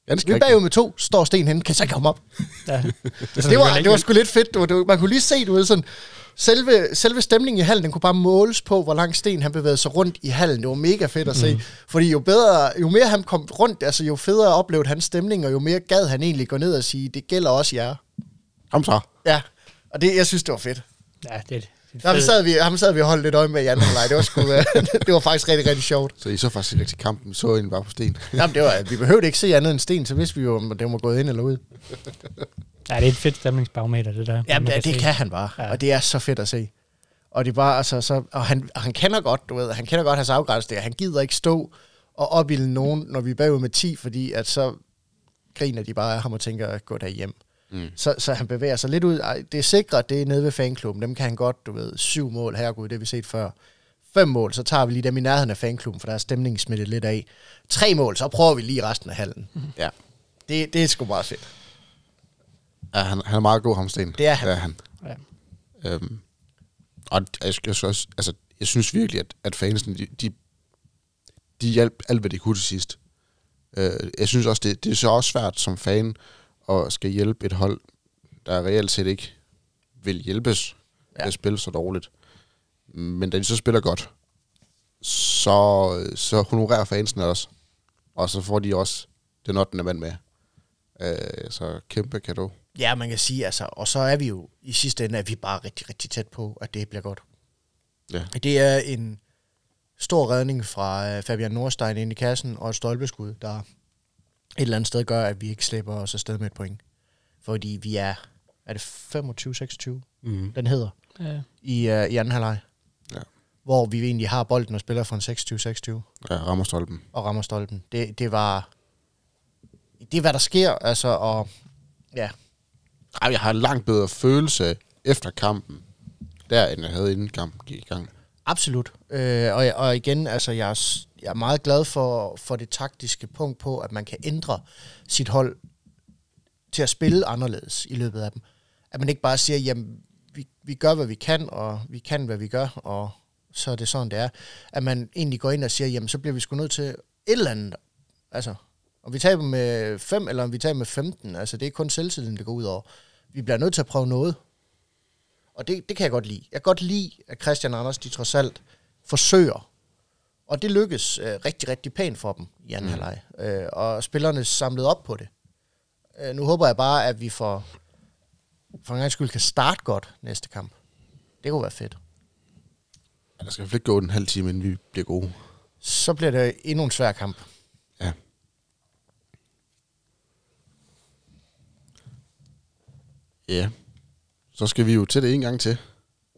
Ganske Vi er rigtigt. bagud med 2, står Sten henne, kan så ikke komme op. Ja. Det var sgu lidt fedt. Man kunne lige se, du ved, sådan, selve stemningen i hallen, den kunne bare måles på, hvor langt Sten han bevægede sig rundt i hallen. Det var mega fedt at se. Fordi jo mere han kom rundt, altså jo federe oplevede hans stemning, og jo mere gad han egentlig gå ned og sige, det gælder også jer. Kom så. Ja, og det, jeg synes, det var fedt. Ja, det er det. Ham sad vi og holdt lidt øje med i anden halvleg. Det var sgu, det var faktisk rigtig, rigtig sjovt. Så I så faktisk ikke rigtig kampen. Vi så egentlig bare på Sten. Jamen, vi behøvede ikke se andet end Sten, så vidste vi jo, om det var gået ind eller ud. Ja, det er et fedt stemningsbarometer, det der. Jamen, det kan han bare, og det er så fedt at se. Og det er bare, altså, og han kender godt, du ved, han kender godt hans afgrænsning. Han gider ikke stå og opilde nogen, når vi er bagud med 10, fordi at så griner de bare af ham og tænker at gå derhjem. Så han bevæger sig lidt ud. Det er sikkert, det er nede ved fanklubben. Dem kan han godt, du ved, 7 mål, herregud, det har vi set før. 5 mål, så tager vi lige dem i nærheden af fanklubben, for der er stemningen smittet lidt af. 3 mål, så prøver vi lige resten af hallen. Ja. Det er sgu meget fedt. Ja, han er meget god, ham Sten. Det er han. Det er han. Ja. Og jeg synes virkelig, at fansen, de hjalp alt, hvad de kunne til sidst. Jeg synes også, det er så også svært som fan at skal hjælpe et hold, der reelt set ikke vil hjælpes at spille så dårligt. Men da de så spiller godt, så honorerer fansen også. Og så får de også den 8. mand med. Så kæmpe cadeau. Ja, man kan sige, altså, og så er vi jo i sidste ende, at vi bare rigtig, rigtig tæt på, at det bliver godt. Ja. Det er en stor redning fra Fabian Nordstein ind i kassen, og et stolpeskud, der et eller andet sted gør, at vi ikke slipper os afsted med et point. Fordi vi er det 25-26, den hedder, i anden halvleg. Ja. Hvor vi egentlig har bolden og spiller for en 26-26. Ja, rammer stolpen. Og rammer stolpen. Det er, hvad der sker, altså, og ja. Ej, jeg har en langt bedre følelse efter kampen, der end jeg havde inden kampen gik i gang. Absolut. Og igen, altså, jeg er meget glad for det taktiske punkt på, at man kan ændre sit hold til at spille anderledes i løbet af dem. At man ikke bare siger, jamen, vi gør, hvad vi kan, og vi kan, hvad vi gør, og så er det sådan, det er. At man egentlig går ind og siger, jamen, så bliver vi sgu nødt til et eller andet. Altså, om vi taber med 5, eller om vi taber med 15, altså, det er kun selvtilliden, det går ud over. Vi bliver nødt til at prøve noget. Og det kan jeg godt lide. Jeg kan godt lide, at Christian og Anders, de trods alt forsøger. Og det lykkes rigtig, rigtig pænt for dem i anden halvleg. Og spillerne samlede op på det. Nu håber jeg bare, at vi for en gang skyld kan starte godt næste kamp. Det kunne være fedt. Ja, der skal i hvert fald ikke gå en halv time, inden vi bliver gode. Så bliver det endnu en svær kamp. Ja. Ja. Så skal vi jo til det en gang til.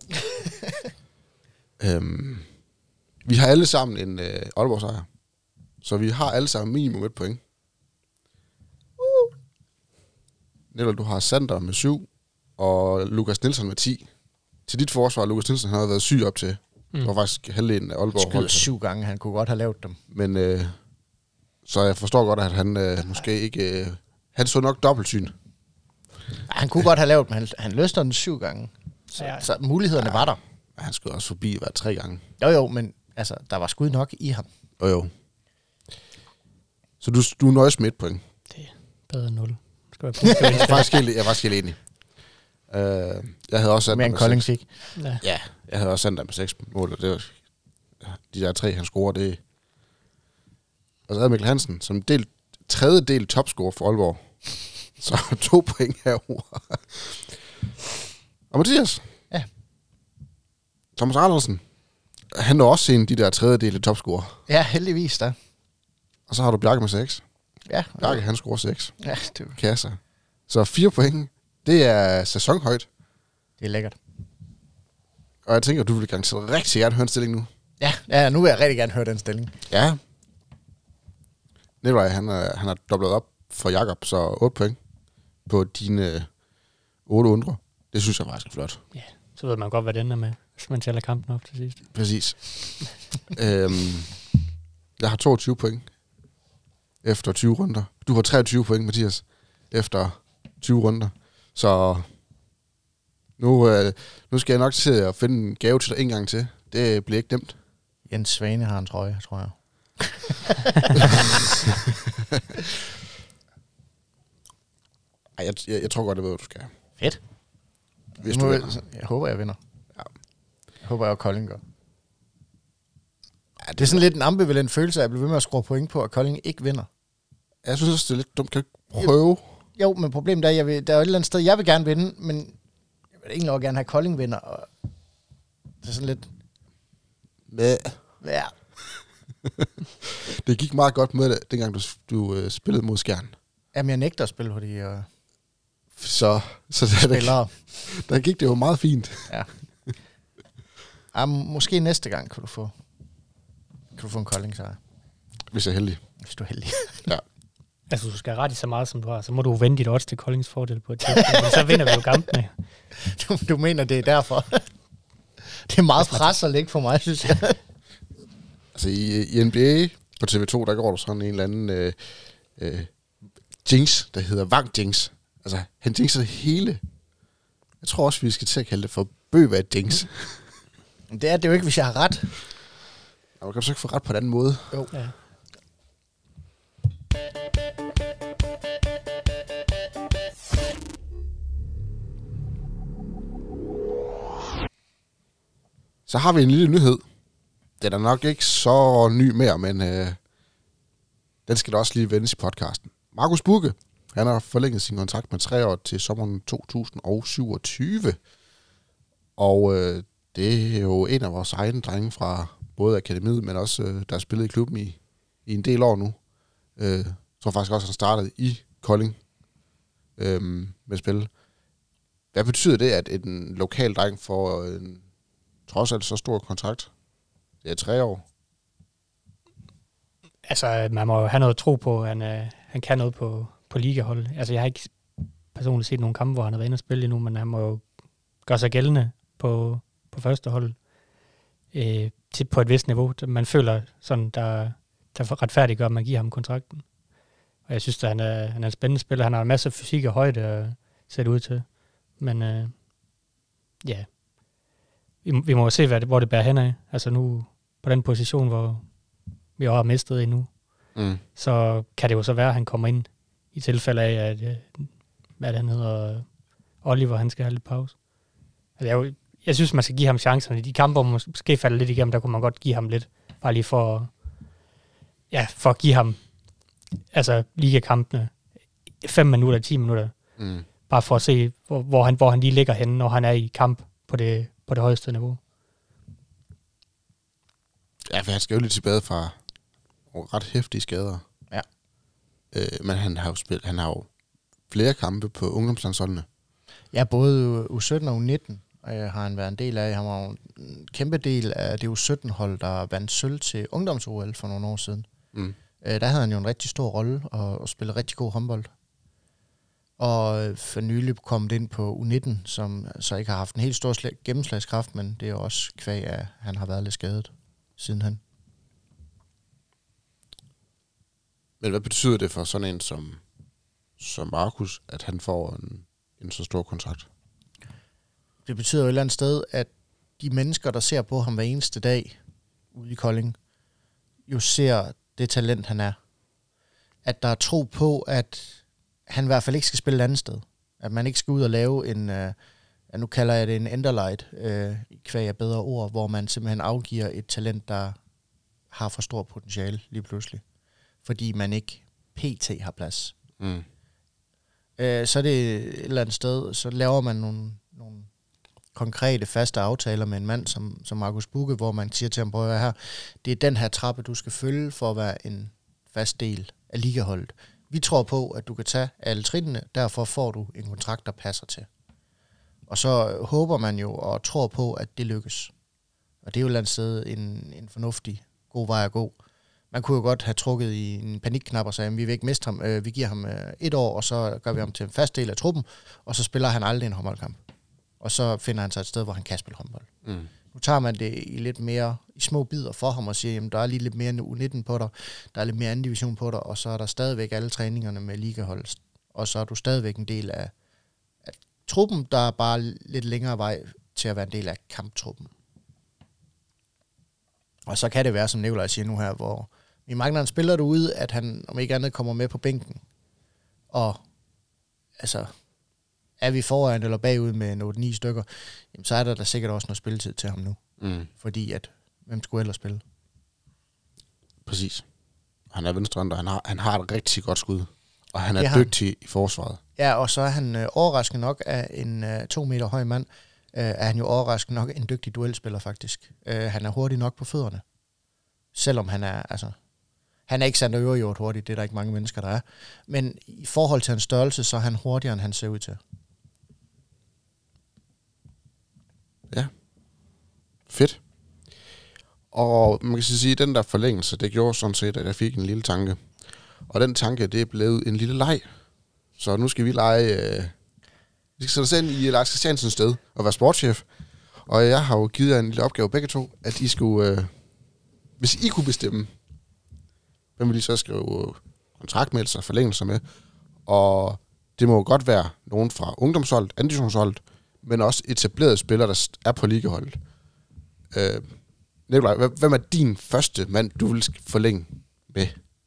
Vi har alle sammen en Aalborg sejr. Så vi har alle sammen minimum 1 point. Netop du har Sander med 7, og Lukas Nielsen med 10. Til dit forsvar, Lukas Nielsen har været syg op til. Det var faktisk halvdelen af Aalborg. Skyder 7 gange, han kunne godt have lavet dem. Men så jeg forstår godt, at han måske ikke... han så nok dobbeltsyn. Han kunne godt have lavet dem, han løste den 7 gange. Så mulighederne var der. Han skulle også forbi hver 3 gange. Jo, men altså, der var skud nok i ham. Jo. Så du nøjes med 1 point. Det er bedre end 0. Jeg er faktisk helt enig. Jeg havde også Sander med 6. Kolding fik. Ja, jeg havde også Sander med 6 mål, og det var de der 3, han scorer, det. Og så havde Mikkel Hansen som tredje del topscorer for Aalborg. Så 2 point herovre. Og Mathias. Ja. Thomas Andersen. Han når også en de der tredjedele topscorer. Ja, heldigvis da. Og så har du Bjarke med 6. Ja. Bjarke, han scorer 6. Ja, det kasser. Så 4 point. Det er sæsonhøjt. Det er lækkert. Og jeg tænker, du vil garanteret rigtig gerne høre en stilling nu. Ja, nu vil jeg rigtig gerne høre den stilling. Ja. Nikolaj, han har dobblet op for Jakob, så 8 point på dine 8 undre. Det synes jeg faktisk er flot. Ja, så ved man godt, hvad den er med, hvis man tæller kampen op til sidst. Præcis. Jeg har 22 point efter 20 runder. Du har 23 point, Mathias, efter 20 runder. Så nu skal jeg nok til at finde en gave til dig en gang til. Det bliver ikke nemt. Jens Svane har en trøje, tror jeg. Jeg tror godt, jeg ved, hvad du skal. Fedt. Hvis du vinder. Jeg håber, jeg vinder. Ja. Jeg håber, jeg og Kolding gør. Ja, det er sådan lidt en ambivalent følelse af at blive ved med at skrue point på, at Kolding ikke vinder. Jeg synes også, det er lidt dumt. Kan du ikke prøve? Jo, men problemet er, der er jo et eller andet sted, jeg vil gerne vinde, men jeg vil egentlig også gerne have Kolding vinder. Og det er sådan lidt... Ja. Det gik meget godt med det, dengang du spillede mod Skjern. Jamen, jeg nægter at spille, fordi Så spillere. der gik det jo meget fint. Ja. Måske næste gang kan du få en Kolding-sejr. Hvis jeg er heldig. Hvis du er heldig. Ja. Altså, du skal have ret i så meget, som du har. Så må du vende dit odds til Koldings fordel på et tidspunkt. Men så vinder vi jo kampene. Du mener, det er derfor? Det er meget pres at lægge for mig, synes jeg. Altså, i NBA på TV2, der går der sådan en eller anden jinx, der hedder Vang Jinx. Altså, han jinxer det hele. Jeg tror også, vi skal til at kalde det for Bøva Jinx. Det er det jo ikke, hvis jeg har ret. Og kan du så ikke få ret på den anden måde? Jo. Ja. Så har vi en lille nyhed. Den er nok ikke så ny mere, men den skal da også lige vendes i podcasten. Markus Bugge, han har forlænget sin kontrakt med 3 år til sommeren 2027. Og det er jo en af vores egne drenge fra både akademiet, men også der har spillet i klubben i en del år nu. Jeg tror faktisk også, han startede i Kolding med spil. Hvad betyder det, at en lokal dreng får en trods alt så stor kontrakt? Det er 3 år. Altså, man må jo have noget tro på, at han kan noget på ligahold. Altså, jeg har ikke personligt set nogle kampe, hvor han har været inde og spille endnu, men han må jo gøre sig gældende på første hold på et vist niveau. Man føler sådan, der retfærdiggør, at man giver ham kontrakten. Og jeg synes, at han er en spændende spiller. Han har en masse fysik og højde set ud til. Men ja, vi må jo se, hvor det bærer hen af. Altså nu på den position, hvor vi også har mistet endnu, så kan det jo så være, at han kommer ind i tilfælde af, at hvad han hedder, Oliver, han skal have lidt pause. Altså, jeg synes, man skal give ham chancerne. De kampe, hvor måske falder lidt igennem, der kunne man godt give ham lidt. Bare lige for at give ham altså ligakampene 5 minutter, 10 minutter. Bare for at se, hvor han lige ligger henne, når han er i kamp på det højeste niveau. Ja, for han skal jo lidt tilbage fra ret heftige skader. Ja. Men han har jo flere kampe på ungdomslandsholdene. Ja, både U17 og U19 har han været en del af. Han var jo en kæmpe del af det U17-hold, der vandt sølv til ungdoms-OL for nogle år siden. Der havde han jo en rigtig stor rolle og spillede rigtig god håndbold. Og for nylig kommet ind på U19, som så ikke har haft en helt stor gennemslagskraft, men det er jo også kvæg af, at han har været lidt skadet sidenhen. Men hvad betyder det for sådan en som Markus, at han får en så stor kontrakt? Det betyder jo et eller andet sted, at de mennesker, der ser på ham hver eneste dag ude i Kolding, jo ser det talent, han er. At der er tro på, at han i hvert fald ikke skal spille et andet sted. At man ikke skal ud og lave nu kalder jeg det en enderlight, kvæg af bedre ord, hvor man simpelthen afgiver et talent, der har for stor potentiale lige pludselig. Fordi man ikke pt. Har plads. Så er det et eller andet sted, så laver man nogle konkrete, faste aftaler med en mand som Markus Bugge, hvor man siger til ham, prøv at være her, det er den her trappe, du skal følge for at være en fast del af ligaholdet. Vi tror på, at du kan tage alle trinene, derfor får du en kontrakt, der passer til. Og så håber man jo og tror på, at det lykkes. Og det er jo et eller andet sted en fornuftig, god vej at gå. Man kunne jo godt have trukket i en panikknap og sagt, at vi vil ikke miste ham, vi giver ham 1 år, og så gør vi ham til en fast del af truppen, og så spiller han aldrig en håndboldkamp. Og så finder han sig et sted, hvor han kan spille håndbold. Nu tager man det i lidt mere i små bidder for ham og siger, jamen der er lige lidt mere U19 på dig, der er lidt mere anden division på dig, og så er der stadigvæk alle træningerne med ligahold, og så er du stadigvæk en del af truppen, der er bare lidt længere vej til at være en del af kamptruppen. Og så kan det være, som Nikolaj siger nu her, hvor vi mangler en spiller derude, at han om ikke andet kommer med på bænken. Og altså er vi foran eller bagud med 8-9 stykker, jamen, så er der da sikkert også noget spilletid til ham nu. Fordi at, hvem skulle ellers spille? Præcis. Han er venstrehånder, han har et rigtig godt skud, og han er dygtig i forsvaret. Ja, og så er han overraskende nok af en 2 meter høj mand, er han jo overraskende nok en dygtig duelspiller faktisk. Han er hurtig nok på fødderne, selvom han er ikke Sander Øverjord hurtigt, det er der ikke mange mennesker, der er. Men i forhold til hans størrelse, så er han hurtigere, end han ser ud til. Ja. Fedt. Og man kan sige, at den der forlængelse, det gjorde sådan set, at jeg fik en lille tanke. Og den tanke, det er blevet en lille leg. Så nu skal vi lege... vi skal sætte os ind i Lars Christiansens sted og være sportschef. Og jeg har jo givet jer en lille opgave begge to, at I skulle... hvis I kunne bestemme, hvem vil I så skrive kontraktmeldelser og forlængelser med. Og det må jo godt være nogen fra ungdomsholdet, anditionsholdet, men også etablerede spillere, der er på ligaholdet. Nikolaj, hvem er din første mand, du vil forlænge med?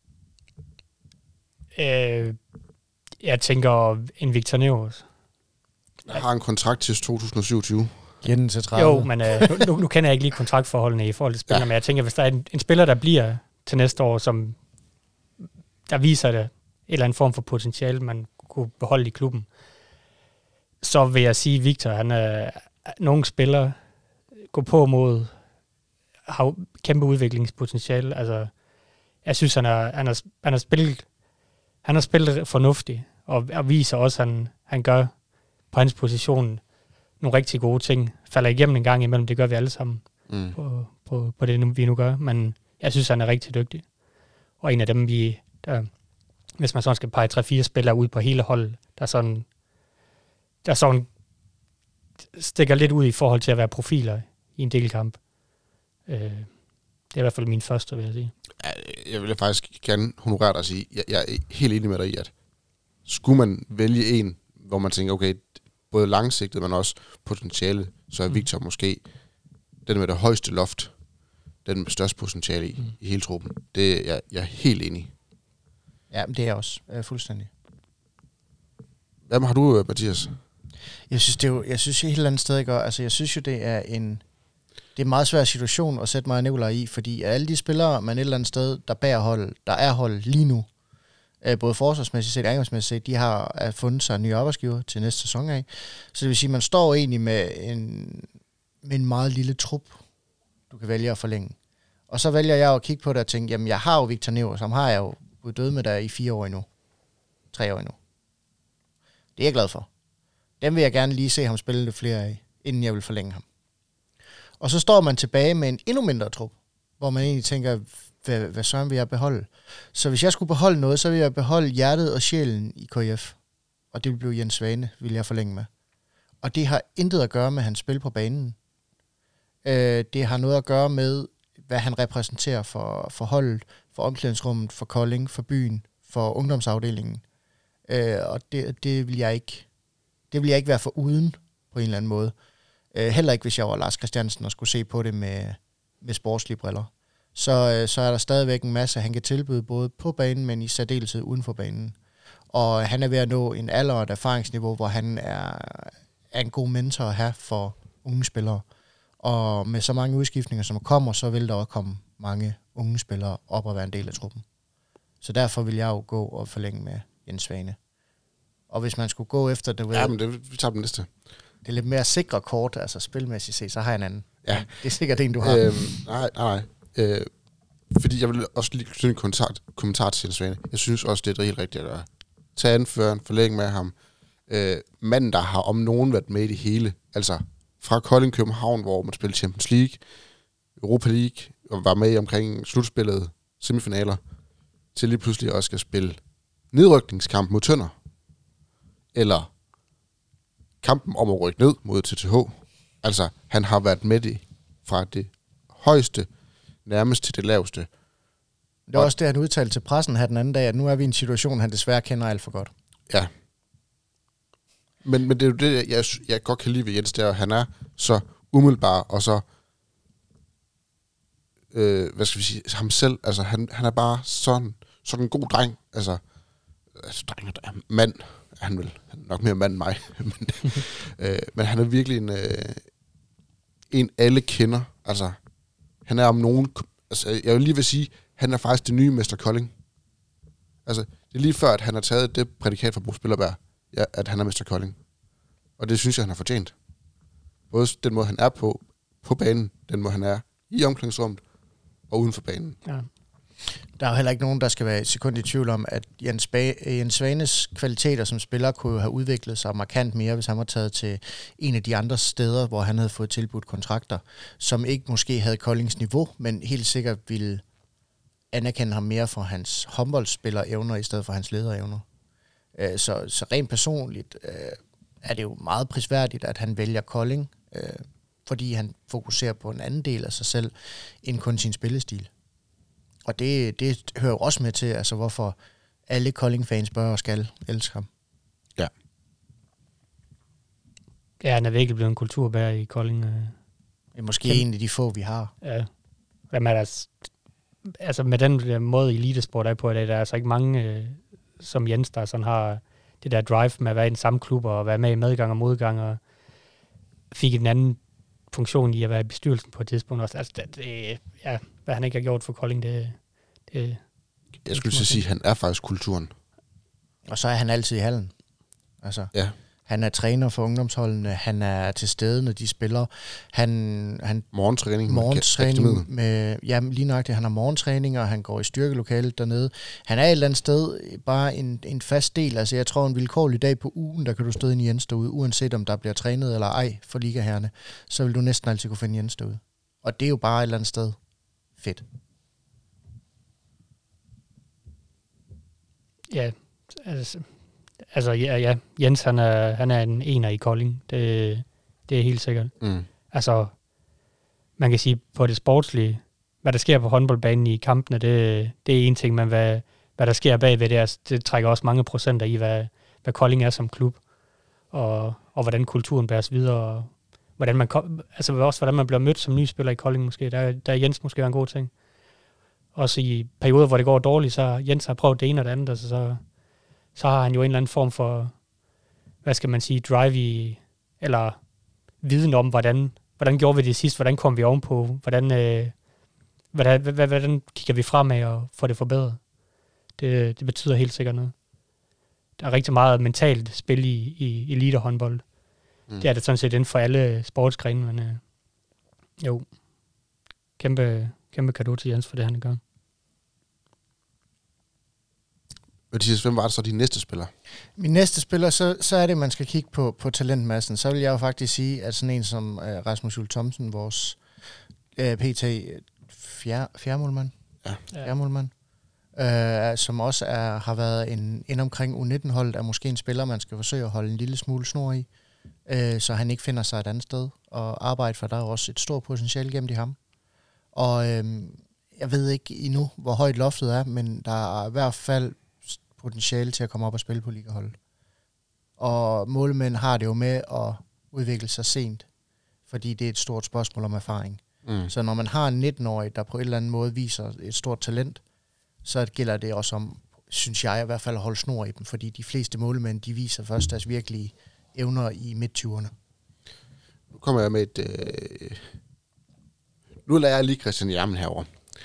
Jeg tænker en Victor Neves. Jeg har en kontrakt til 2027. Giver den til 30? Jo, men nu kender jeg ikke lige kontraktforholdene i forhold til spillere, men jeg tænker, hvis der er en spiller, der bliver til næste år, som der viser det en eller anden form for potentiale, man kunne beholde i klubben, så vil jeg sige, Victor, han er nogle spillere går på mod har kæmpe udviklingspotentiale. Altså, jeg synes, han har spillet fornuftigt, og viser også, at han gør på hans position nogle rigtig gode ting. Falder igennem en gang imellem, det gør vi alle sammen på det, vi nu gør. Men jeg synes, han er rigtig dygtig. Og en af dem, hvis man sådan skal pege 3-4 spillere ud på hele holdet, der sådan stikker lidt ud i forhold til at være profiler i en delkamp. Det er i hvert fald min første, vil jeg sige. Jeg vil faktisk gerne honorere dig at sige, jeg er helt enig med dig i, at skulle man vælge en, hvor man tænker, okay, både langsigtet, men også potentiale, så er Victor måske den med det højeste loft, den med størst potentiale i hele truppen. Det er jeg er helt enig. Ja, det er jeg også fuldstændig. Hvad har du, Mathias? Jeg synes et helt andet sted, ikke? Altså, jeg synes jo, det er en meget svær situation at sætte mig og Nikolaj i, fordi alle de spillere, man et eller andet sted, der bærer hold, der er hold lige nu, både forsvarsmæssigt set og angrebsmæssigt set, de har fundet sig en ny arbejdsgiver til næste sæson af. Så det vil sige, at man står egentlig med en meget lille trup, du kan vælge at forlænge. Og så vælger jeg at kigge på det og tænke, jamen jeg har jo Victor Neves, som har jeg jo gået død med der i 4 år endnu. 3 år endnu. Det er jeg glad for. Dem vil jeg gerne lige se ham spille lidt flere af, inden jeg vil forlænge ham. Og så står man tilbage med en endnu mindre trup, hvor man egentlig tænker, hvad søren vil jeg beholde? Så hvis jeg skulle beholde noget, så vil jeg beholde hjertet og sjælen i KF. Og det vil blive Jens Svane, vil jeg forlænge med. Og det har intet at gøre med hans spil på banen. Det har noget at gøre med, hvad han repræsenterer for holdet, for omklædningsrummet, for Kolding, for byen, for ungdomsafdelingen. Og det vil jeg ikke være for uden på en eller anden måde. Heller ikke, hvis jeg var Lars Christiansen og skulle se på det med sportslige briller. Så er der stadigvæk en masse, han kan tilbyde, både på banen, men i særdeleshed uden for banen. Og han er ved at nå en alder og et erfaringsniveau, hvor han er en god mentor at have for unge spillere. Og med så mange udskiftninger, som kommer, så vil der også komme mange unge spillere op og være en del af truppen. Så derfor vil jeg jo gå og forlænge med Jens Svane. Og hvis man skulle gå efter det... Ja, men vi tager den næste. Det er lidt mere sikre kort, altså spilmæssigt set, så har jeg en anden. Ja. Det er sikkert en, du har. Nej. Fordi jeg vil også lige knytte en kommentar til Jens Svane. Jeg synes også, det er helt rigtigt at gøre. Tag anføreren, forlænge med ham. Manden, der har om nogen været med i det hele. Altså fra Kolding København, hvor man spillede Champions League, Europa League, og var med omkring slutspillet, semifinaler, til lige pludselig også skal spille nedrykningskamp mod Tønder. Eller kampen om at rykke ned mod TTH. Altså, han har været med det fra det højeste nærmest til det laveste. Det var også det, han udtalte til pressen her den anden dag, at nu er vi i en situation, han desværre kender alt for godt. Ja. Men det er jo det, jeg godt kan lide ved Jens, der han er så umiddelbar, og så, hvad skal vi sige, ham selv, altså han er bare sådan en god dreng, altså dreng, mand, han er nok mere mand end mig, men han er virkelig en alle kender. Altså, han er om nogen... Altså, jeg vil lige vil sige, han er faktisk det nye Mester Kolding. Altså, det er lige før, at han har taget det prædikat fra Bo Spillerberg, ja, at han er Mester Kolding. Og det synes jeg, han har fortjent. Både den måde, han er på banen, den måde, han er i omklædningsrummet og uden for banen. Ja. Der er jo heller ikke nogen, der skal være et sekund i tvivl om, at Jens Svanes kvaliteter som spiller kunne have udviklet sig markant mere, hvis han var taget til en af de andre steder, hvor han havde fået tilbudt kontrakter, som ikke måske havde Koldings niveau, men helt sikkert ville anerkende ham mere for hans håndboldspillerevner i stedet for hans lederevner. Så rent personligt er det jo meget prisværdigt, at han vælger Kolding, fordi han fokuserer på en anden del af sig selv, end kun sin spillestil. Og det hører jo også med til, altså hvorfor alle Kolding-fans bør og skal elske ham. Ja. Ja, han er virkelig blevet en kulturbærer i Kolding. Det er måske en af de få, vi har. Ja. Jamen, altså med den måde elitesport er på i dag, der er altså ikke mange som Jens, der sådan har det der drive med at være i den samme klub og være med i medgang og modgang og fik en anden funktion i at være i bestyrelsen på et tidspunkt også. Altså, ja, hvad han ikke har gjort for Kolding, det jeg skulle sige, at han er faktisk kulturen. Og så er han altid i hallen. Altså, ja. Han er træner for ungdomsholdene, han er til stede, når de spiller. Han morgentræning med lige nøjagtigt, han har morgentræning, og han går i styrkelokalet dernede. Han er et eller andet sted bare en fast del. Altså, jeg tror, en vilkårlig dag på ugen, der kan du stå ind i Jens derude, uanset om der bliver trænet eller ej for ligaherrerne, så vil du næsten altid kunne finde Jens derude. Og det er jo bare et eller andet sted fedt. Ja, altså ja, Jens han er en ener i Kolding. Det er helt sikkert. Mm. Altså, man kan sige på det sportslige, hvad der sker på håndboldbanen i kampene, det er en ting, men hvad der sker bagved det trækker også mange procenter i, hvad Kolding er som klub, og hvordan kulturen bæres videre, og hvordan man bliver mødt som ny spiller i Kolding måske. Der er Jens måske en god ting. Også i perioder, hvor det går dårligt, så Jens har prøvet det ene og det andet, altså så har han jo en eller anden form for, hvad skal man sige, drive i, eller viden om, hvordan gjorde vi det sidst, hvordan kom vi ovenpå, hvordan kigger vi fremad og får det forbedret. Det betyder helt sikkert noget. Der er rigtig meget mentalt spil i elitehåndbold. Det er det sådan set inden for alle sportsgrene, men jo, kæmpe cadeau til Jens for det, han gør. Mathias, hvem var det så din næste spiller? Min næste spiller, så er det, man skal kigge på talentmassen. Så vil jeg jo faktisk sige, at sådan en som Rasmus Juhl Thomsen, vores PT fjerdemålmand, som også har været en omkring U19-holdet, er måske en spiller, man skal forsøge at holde en lille smule snor i, så han ikke finder sig et andet sted og arbejde, for der er også et stort potentiale gemt i ham. Og jeg ved ikke endnu, hvor højt loftet er, men der er i hvert fald potentiale til at komme op og spille på ligaholdet. Og målmænd har det jo med at udvikle sig sent, fordi det er et stort spørgsmål om erfaring. Så når man har en 19-årig, der på en eller anden måde viser et stort talent, så gælder det også om, synes jeg i hvert fald, at holde snor i dem, fordi de fleste målmænd, de viser først deres virkelige evner i midt-20'erne. Nu kommer jeg med nu lader jeg lige Christian Hjermen herover.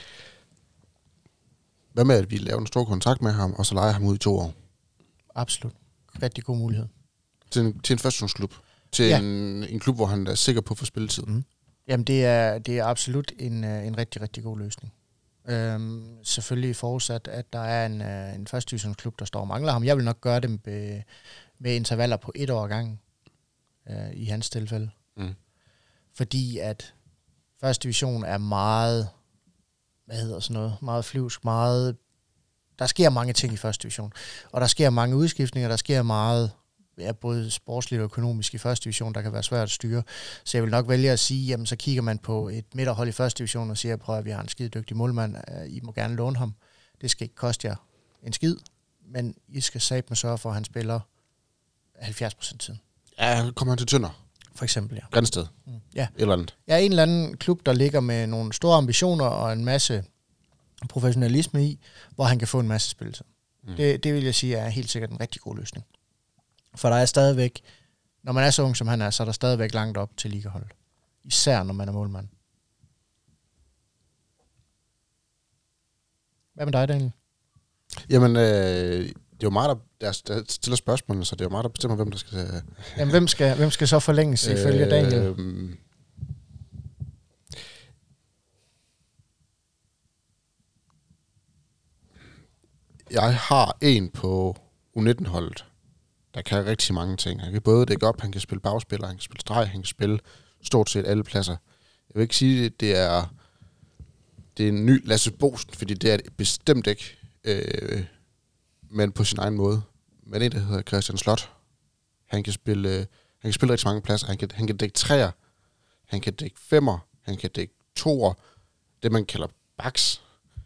Hvad med, at vi laver en stor kontrakt med ham, og så leger ham ud i 2 år? Absolut. Rigtig god mulighed. Til en førstehåndsklub. Til en klub, hvor han er sikker på at få spilletid. Jamen, det er absolut en rigtig, rigtig god løsning. Selvfølgelig forudsat, at der er en førstedivisionsklub, der står og mangler ham. Jeg vil nok gøre det med intervaller på 1 år ad gangen, i hans tilfælde. Fordi at første division er meget, meget flyvsk, meget, der sker mange ting i første division, og der sker mange udskiftninger, der sker meget, både sportsligt og økonomisk i første division, der kan være svært at styre. Så jeg vil nok vælge at sige, jamen så kigger man på et midterhold i første division og siger, prøv at vi har en skide dygtig målmand, I må gerne låne ham. Det skal ikke koste jer en skid, men I skal satme sørge for, at han spiller 70% tiden. Ja, kommer han til Tønder? For eksempel, ja. Grænsted? Ja. Eller andet? Ja, en eller anden klub, der ligger med nogle store ambitioner og en masse professionalisme i, hvor han kan få en masse spilletid. Det vil jeg sige er helt sikkert en rigtig god løsning. For der er stadigvæk, når man er så ung som han er, så er der stadigvæk langt op til ligaholdet. Især når man er målmand. Hvad med dig, Daniel? Jamen, det er jo mig, der stiller spørgsmålene, så det er jo mig, der bestemmer, hvem der skal... Jamen, hvem skal så forlænges ifølge Daniel? Jeg har en på U19-holdet, der kan rigtig mange ting. Han kan både dække op, han kan spille bagspiller, han kan spille streg, han kan spille stort set alle pladser. Jeg vil ikke sige, at det er en ny Lasse Bosen, fordi det er det bestemt ikke, men på sin egen måde. Men en, der hedder Christian Slot, han kan spille rigtig mange pladser. Han kan dække træer, han kan dække femmer, han kan dække toer, det man kalder backs.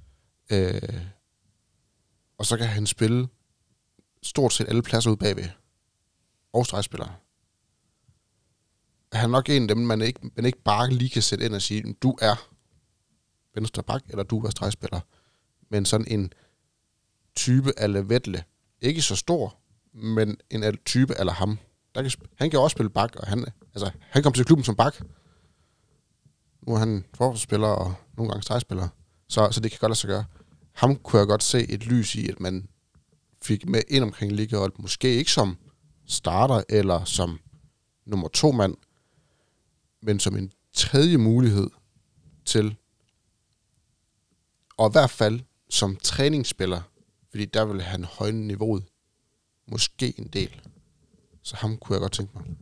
Og så kan han spille stort set alle pladser ude bagved. Og stregspillere. Han er nok en af dem, man ikke bare lige kan sætte ind og sige, du er venstre bak, eller du er stregspiller. Men sådan en type eller Vettle. Ikke så stor, men en type eller ham. Han kan også spille bak, og han kom til klubben som bak. Nu er han forsvarsspiller og nogle gange stregspiller. Så det kan godt lade sig gøre. Ham kunne jeg godt se et lys i, at man fik med ind omkring ligaholdet. Måske ikke som starter eller som nummer 2 mand, men som en tredje mulighed til, og i hvert fald som træningsspiller, fordi der vil han højne niveauet måske en del. Så ham kunne jeg godt tænke mig.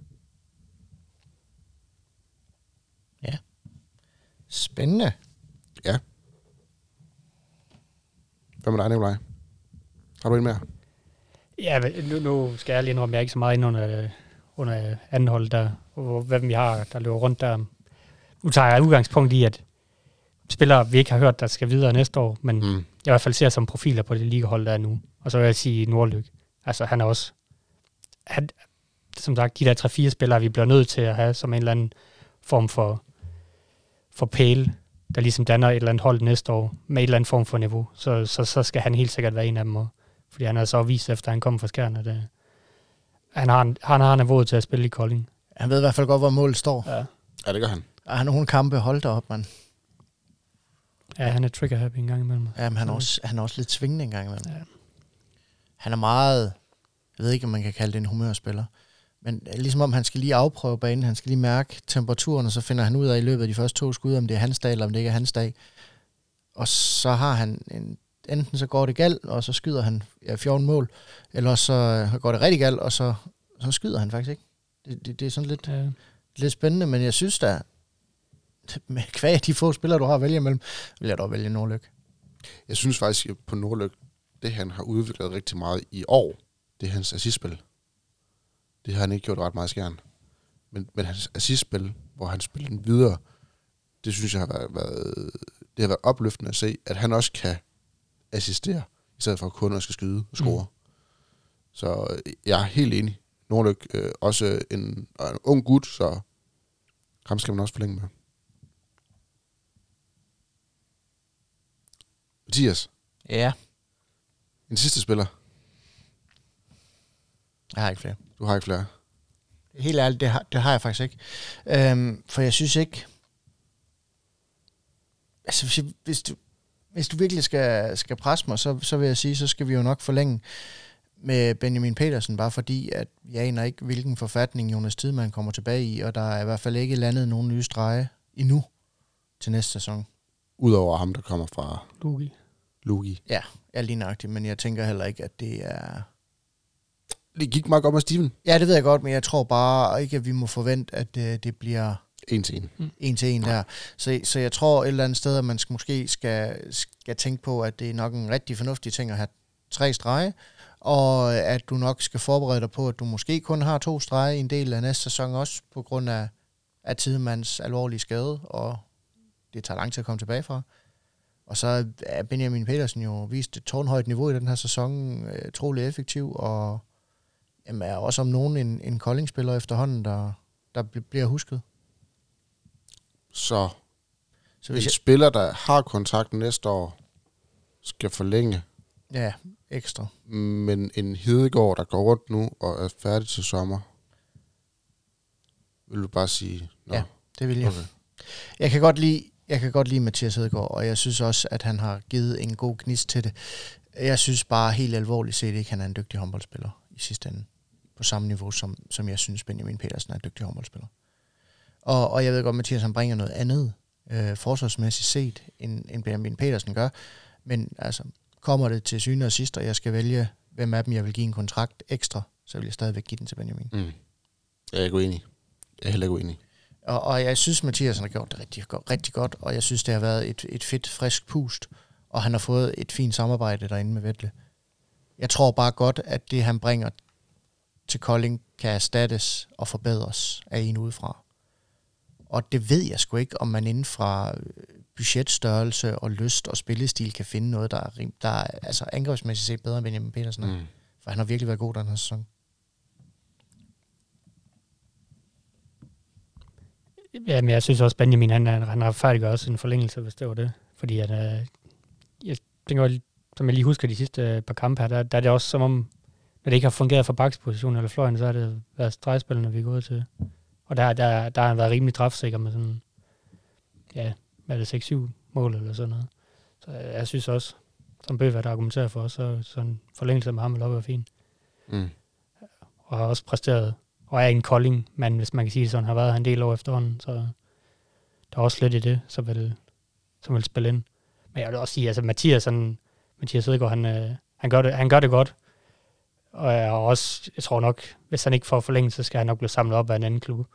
Ja. Spændende. Ja. Hvad med dig, Nikolaj? Har du en mere? Ja, nu skal jeg lige indrømme, jeg er ikke så meget inde under anden hold, hvem vi har, der løber rundt der. Nu tager jeg udgangspunkt i, at spillere, vi ikke har hørt, der skal videre næste år, men jeg i hvert fald ser som profiler på det ligahold, der er nu. Og så vil jeg sige Nordlyk. Altså, han er også... som sagt, de der 3-4 spillere, vi bliver nødt til at have som en eller anden form for pæle, der ligesom danner et eller andet hold næste år, med et eller andet form for niveau. Så skal han helt sikkert være en af dem. Fordi han har så vist, efter han kom fra Skjern, at han har niveauet til at spille i Kolding. Han ved i hvert fald godt, hvor målet står. Ja, det gør han. Og han har nogle kampe holdt derop, mand. Ja, han er trigger-happy en gang imellem. Ja, men han er også lidt svingende en gang imellem. Ja. Han er meget... Jeg ved ikke, om man kan kalde det en humørspiller. Men ligesom om han skal lige afprøve banen, han skal lige mærke temperaturen, og så finder han ud af i løbet af de første 2 skud, om det er hans dag, eller om det ikke er hans dag. Og så har han enten så går det galt, og så skyder han 14 mål, eller så går det rigtig galt, og så skyder han faktisk ikke. Det er sådan lidt spændende, men jeg synes da, med kvæg de få spillere, du har at vælge imellem, vil jeg dog vælge Nordlyk. Jeg synes faktisk, at på Nordlyk, det han har udviklet rigtig meget i år, det er hans assistspil. Det har han ikke gjort ret meget i Skjern. Men hans assistspil, hvor han spiller den videre, det synes jeg har været opløftende at se, at han også kan assistere, i stedet for kun at skal skyde og score. Så jeg er helt enig. Nordlyk også en ung gut, så ham skal man også forlænge med. Mathias? Ja? En sidste spiller? Jeg har ikke flere. Du har ikke flere? Helt ærligt, det har jeg faktisk ikke. For jeg synes ikke... Altså, hvis du virkelig skal presse mig, så vil jeg sige, så skal vi jo nok forlænge med Benjamin Petersen, bare fordi, at jeg aner ikke, hvilken forfatning Jonas Tidemand kommer tilbage i, og der er i hvert fald ikke landet nogen nye strege endnu til næste sæson. Udover ham, der kommer fra... Lugi. Ja, er lige nøjagtigt, men jeg tænker heller ikke, at det er... Det gik meget godt med Steven. Ja, det ved jeg godt, men jeg tror bare ikke, at vi må forvente, at det bliver... En til en der. Så jeg tror et eller andet sted, at man måske skal tænke på, at det er nok en rigtig fornuftig ting at have 3 strege, og at du nok skal forberede dig på, at du måske kun har 2 strege i en del af næste sæson også, på grund af Tidemands alvorlige skade, og det tager lang tid at komme tilbage fra. Og så er Benjamin Petersen jo vist et tårnhøjt niveau i den her sæson, trolig effektiv, og er også om nogen en Kolding-spiller efterhånden, der bliver husket. Så hvis spiller, der har kontrakten næste år, skal forlænge, Ja, ekstra. Men en Hedegaard, der går rundt nu og er færdig til sommer, vil du bare sige... Nå. Ja, det vil jeg. Okay. Jeg kan godt lide Mathias Hedegaard, og jeg synes også, at han har givet en god gnist til det. Jeg synes bare helt alvorligt set ikke, han er en dygtig håndboldspiller i sidste ende. På samme niveau, som jeg synes, Benjamin Petersen er en dygtig håndboldspiller. Og jeg ved godt, at Mathias han bringer noget andet forsvarsmæssigt set, end Benjamin Petersen gør. Men altså, kommer det til syvende og sidst, og jeg skal vælge, hvem af dem jeg vil give en kontrakt ekstra, så vil jeg stadigvæk give den til Benjamin. Jeg er ikke uenig. Jeg er heller ikke uenig. Og jeg synes, Mathias har gjort det rigtig godt, og jeg synes, det har været et fedt, frisk pust, og han har fået et fint samarbejde derinde med Vettle. Jeg tror bare godt, at det, han bringer til Kolding, kan erstattes og forbedres af en udefra. Og det ved jeg sgu ikke, om man inden fra budgetstørrelse og lyst og spillestil kan finde noget, der er altså angrebsmæssigt set bedre end Benjamin Petersen. For han har virkelig været god den her sæson. Ja, men jeg synes også, Benjamin, han har færdiggjort også en forlængelse, hvis det var det. Fordi at, jeg tænker, som jeg lige husker de sidste par kampe her, der er det også som om, når det ikke har fungeret for baksposition eller fløjen, så har det været stregspillene, vi er gået til. Og der har han været rimelig træfsikker med sådan, ja, hvad er det, 6-7 mål eller sådan noget. Så jeg synes også, som Bøhver, der argumenterer for os, så sådan en forlængelse med ham vil op være fint. Og har også præsteret, og er en Kolding, men hvis man kan sige det sådan, har været en del år efterhånden, så der er også lidt i det, som vil spille ind. Men jeg vil også sige, altså Mathias Hedegaard, han gør det godt. Og jeg tror nok, hvis han ikke får forlænget, så skal han nok blive samlet op af en anden klub.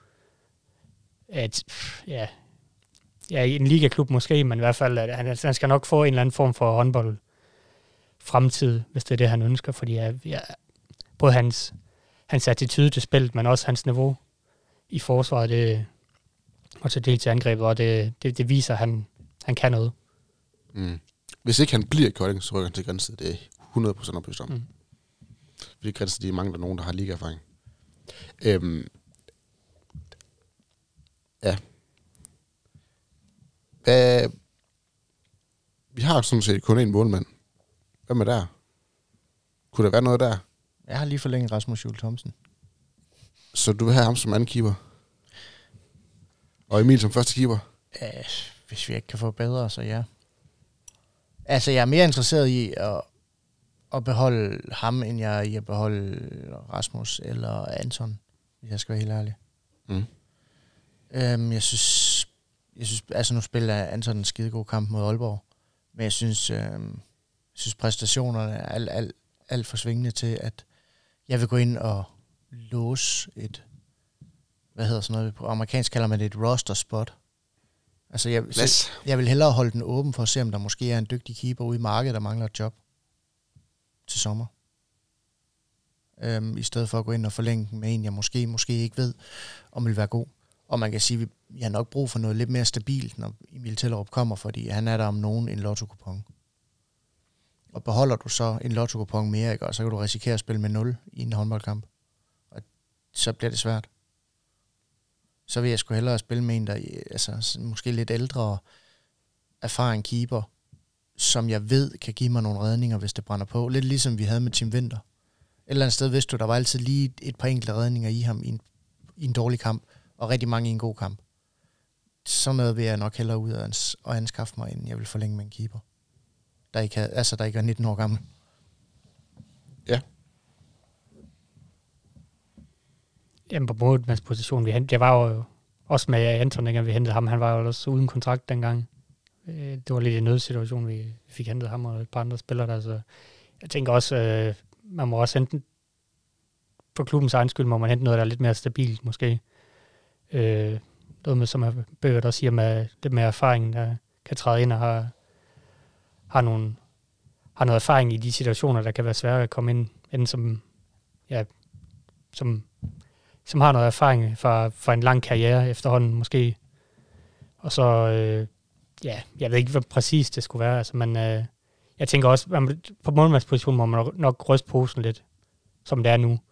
I en ligaklub måske, men i hvert fald, at han skal nok få en eller anden form for håndbold fremtid, hvis det er det, han ønsker. Fordi både hans attitude til spillet, men også hans niveau i forsvaret, og til del til angrebet, og det viser, at han kan noget. Hvis ikke han bliver i Kolding, så rykker han til Grænsted. Det er 100% oplyst om. Fordi Grænsted, de mangler nogen, der har ligaerfaring. Ja. Vi har sådan set kun en målmand. Hvem er der? Kunne der være noget der? Jeg har lige forlænget Rasmus Juhl Thomsen. Så du vil have ham som anden keeper? Og Emil som første keeper? Hvis vi ikke kan få bedre, så ja. Altså, jeg er mere interesseret i at beholde ham, end jeg er i at beholde Rasmus eller Anton, hvis jeg skal være helt ærlig. Jeg synes, altså nu spiller Anton en skidegod kamp mod Aalborg, men jeg synes præstationerne er alt for svingende til, at jeg vil gå ind og låse et, hvad hedder sådan noget, på amerikansk kalder man det et roster spot. Altså jeg vil hellere holde den åben for at se, om der måske er en dygtig keeper ude i markedet, der mangler et job til sommer. I stedet for at gå ind og forlænge den med en, jeg måske ikke ved, om vil være god. Og man kan sige, at vi har nok brug for noget lidt mere stabilt, når Emil Tellerup kommer, fordi han er der om nogen en lotto-kupon. Og beholder du så en lotto-kupon mere, ikke, og så kan du risikere at spille med 0 i en håndboldkamp. Og så bliver det svært. Så vil jeg sgu hellere spille med en, der altså, måske lidt ældre erfaren keeper, som jeg ved kan give mig nogle redninger, hvis det brænder på. Lidt ligesom vi havde med Tim Winter. Et eller andet sted vidste du, der var altid lige et par enkelte redninger i ham i en dårlig kamp, og rigtig mange i en god kamp. Sådan noget vil jeg nok hellere ud og anskaffe mig, end jeg vil forlænge med en keeper, der ikke er 19 år gammel. Ja. Jamen på målmands position, jeg var jo også med Anton, dengang vi hentede ham. Han var jo også uden kontrakt dengang. Det var lidt en nødsituation, vi fik hentet ham og et par andre spillere der. Så jeg tænker også, man må også hente, for klubbens egen skyld, må man hente noget, der er lidt mere stabilt måske. Noget med, som Bøger også siger, med lidt mere erfaring, der kan træde ind og har noget erfaring i de situationer, der kan være svære at komme ind som har noget erfaring fra en lang karriere efterhånden måske. Og så, jeg ved ikke, hvad præcis det skulle være. Altså, men jeg tænker også, på målmandspositionen må man nok ryste posen lidt, som det er nu.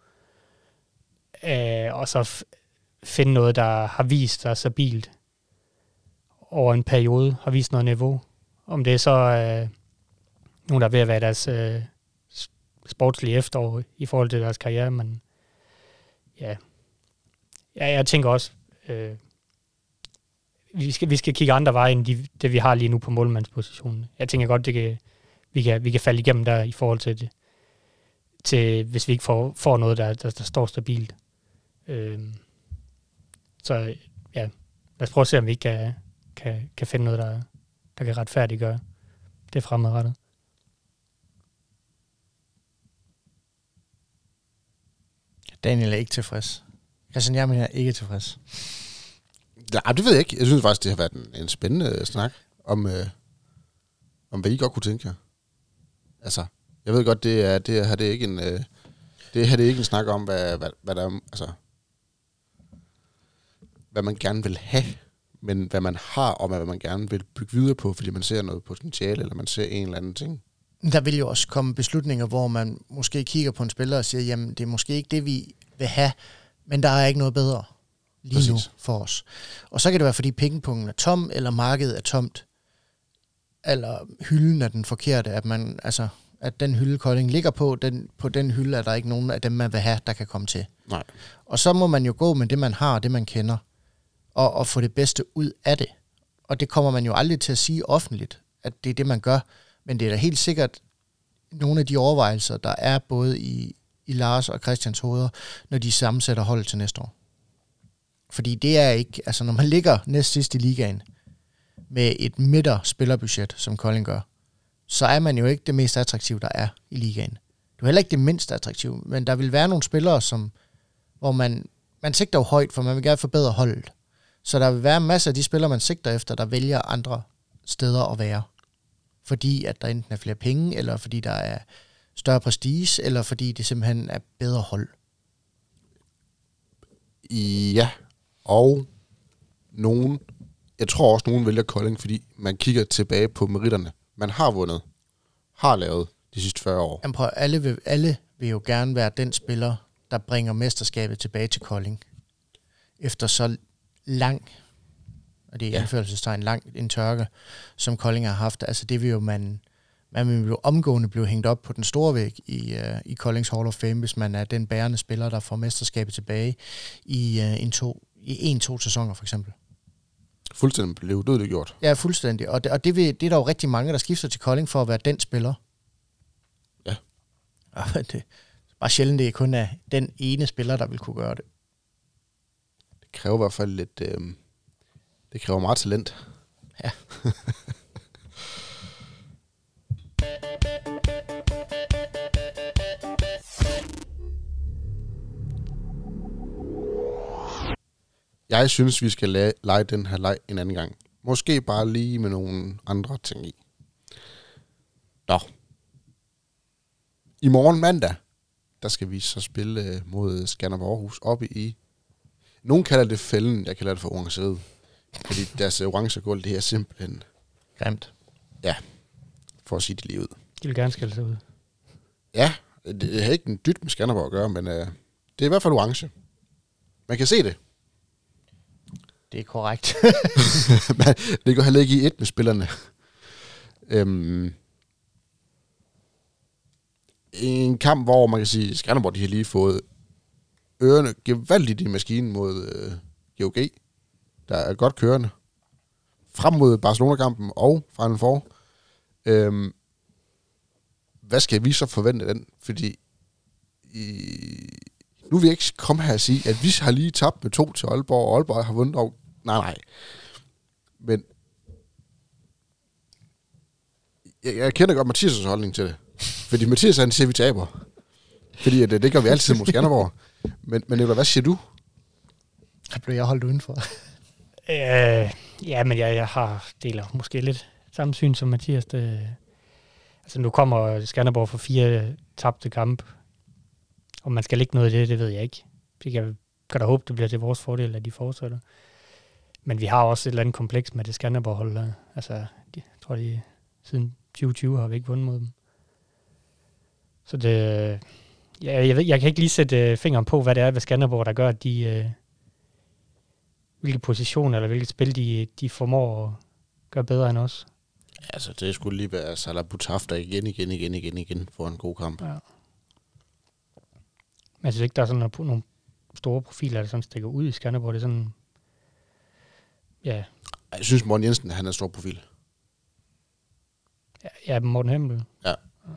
Og så finde noget, der har vist sig stabilt over en periode, har vist noget niveau. Om det er så nogen, der er ved at være deres sportslige efterår i forhold til deres karriere, men ja, jeg tænker også, vi skal kigge andre veje end det, vi har lige nu på målmandspositionen. Jeg tænker godt, vi kan falde igennem der i forhold til det, hvis vi ikke får noget, der står stabilt. Så ja, lad os prøve at se, om vi ikke kan finde noget, der kan retfærdiggøre det fremadrettet. Daniel er ikke tilfreds. Christian Hjermind er ikke tilfreds. Ja, det ved jeg ikke. Jeg synes faktisk, det har været en spændende snak om hvad I godt kunne tænke jer. Altså, jeg ved godt, det er ikke en snak om, hvad der er, altså, hvad man gerne vil have, men hvad man har, og hvad man gerne vil bygge videre på, fordi man ser noget potentiale, eller man ser en eller anden ting. Der vil jo også komme beslutninger, hvor man måske kigger på en spiller og siger, jamen, det er måske ikke det, vi vil have, men der er ikke noget bedre lige nu for os. Og så kan det være, fordi pengepunkten er tom, eller markedet er tomt, eller hylden er den forkerte, at den hylde Kolding ligger på den hylde er der ikke nogen af dem, man vil have, der kan komme til. Nej. Og så må man jo gå med det, man har, det man kender, og få det bedste ud af det. Og det kommer man jo aldrig til at sige offentligt, at det er det, man gør. Men det er da helt sikkert nogle af de overvejelser, der er både i Lars og Christians hoveder, når de sammensætter holdet til næste år. Fordi det er ikke, altså når man ligger næst sidst i ligaen med et midterspillerbudget, som Kolding gør, så er man jo ikke det mest attraktive, der er i ligaen. Du er heller ikke det mindst attraktive, men der vil være nogle spillere, hvor man sigter jo højt, for man vil gerne forbedre holdet. Så der vil være masser af de spillere, man sigter efter, der vælger andre steder at være. Fordi at der enten er flere penge, eller fordi der er større prestige, eller fordi det simpelthen er bedre hold. Ja, og jeg tror også, nogen vælger Kolding, fordi man kigger tilbage på meritterne. Man har vundet, har lavet de sidste 40 år. Jamen prøv, alle vil jo gerne være den spiller, der bringer mesterskabet tilbage til Kolding. Efter så lang, og det er i anførselstegn lang en tørke, som Kolding har haft. Altså det vil jo man vil jo omgående blive hængt op på den store væg i Koldings Hall of Fame, hvis man er den bærende spiller, der får mesterskabet tilbage i 1-2 sæsoner for eksempel. Fuldstændig blev dødeligt gjort. Ja, fuldstændig. Og det er der jo rigtig mange, der skifter til Kolding for at være den spiller. Ja. Det er bare sjældent, det kun er den ene spiller, der vil kunne gøre det. Det kræver i hvert fald lidt... det kræver meget talent. Ja. Jeg synes, vi skal lege den her leg en anden gang. Måske bare lige med nogle andre ting i. Nå. I morgen mandag, der skal vi så spille mod Skanderborg Aarhus oppe i... Nogen kalder det fælden, jeg kalder det for orangeriet. Fordi deres orange gulv, det er simpelthen... Grimt. Ja, for at sige det lige ud. De vil gerne skille sig ud. Ja, det har ikke en dyt med Skanderborg at gøre, men det er i hvert fald orange. Man kan se det. Det er korrekt. Det går heller ikke i et med spillerne. En kamp, hvor man kan sige, at Skanderborg de har lige fået ørerne gevaldigt i maskinen mod GOG, der er godt kørende. Frem mod Barcelona-kampen og Final Four. Hvad skal vi så forvente den? Fordi nu vil jeg ikke komme her og sige, at vi har lige tabt med 2 til Aalborg, og Aalborg har vundet over... Nej. Men jeg kender godt Mathias' holdning til det. Fordi Mathias, han siger, vi taber. Fordi det gør vi altid mod Skanderborg. Men hvad siger du? Der blev jeg holdt udenfor. Ja, men jeg deler måske lidt samme syn som Mathias. Altså nu kommer Skanderborg for 4 tabte kampe. Om man skal lægge noget i det ved jeg ikke. Jeg kan da håbe, det bliver til vores fordel, at de fortsætter. Men vi har også et eller andet kompleks med det Skanderborg-hold. Altså, jeg tror, siden 2020 har vi ikke vundet mod dem. Så det... Jeg kan ikke lige sætte fingeren på, hvad det er ved Skanderborg, der gør, at de... hvilke positioner eller hvilket spil de formår at gøre bedre end os. Altså, det skulle lige være Salah Boutaf, der igen får en god kamp. Ja. Men jeg synes ikke, der er sådan nogle store profiler, der sådan stikker ud i Skanderborg. Det er sådan... Ja. Jeg synes, Morten Jensen, han er en stor profil. Ja, Morten Hemmel. Ja.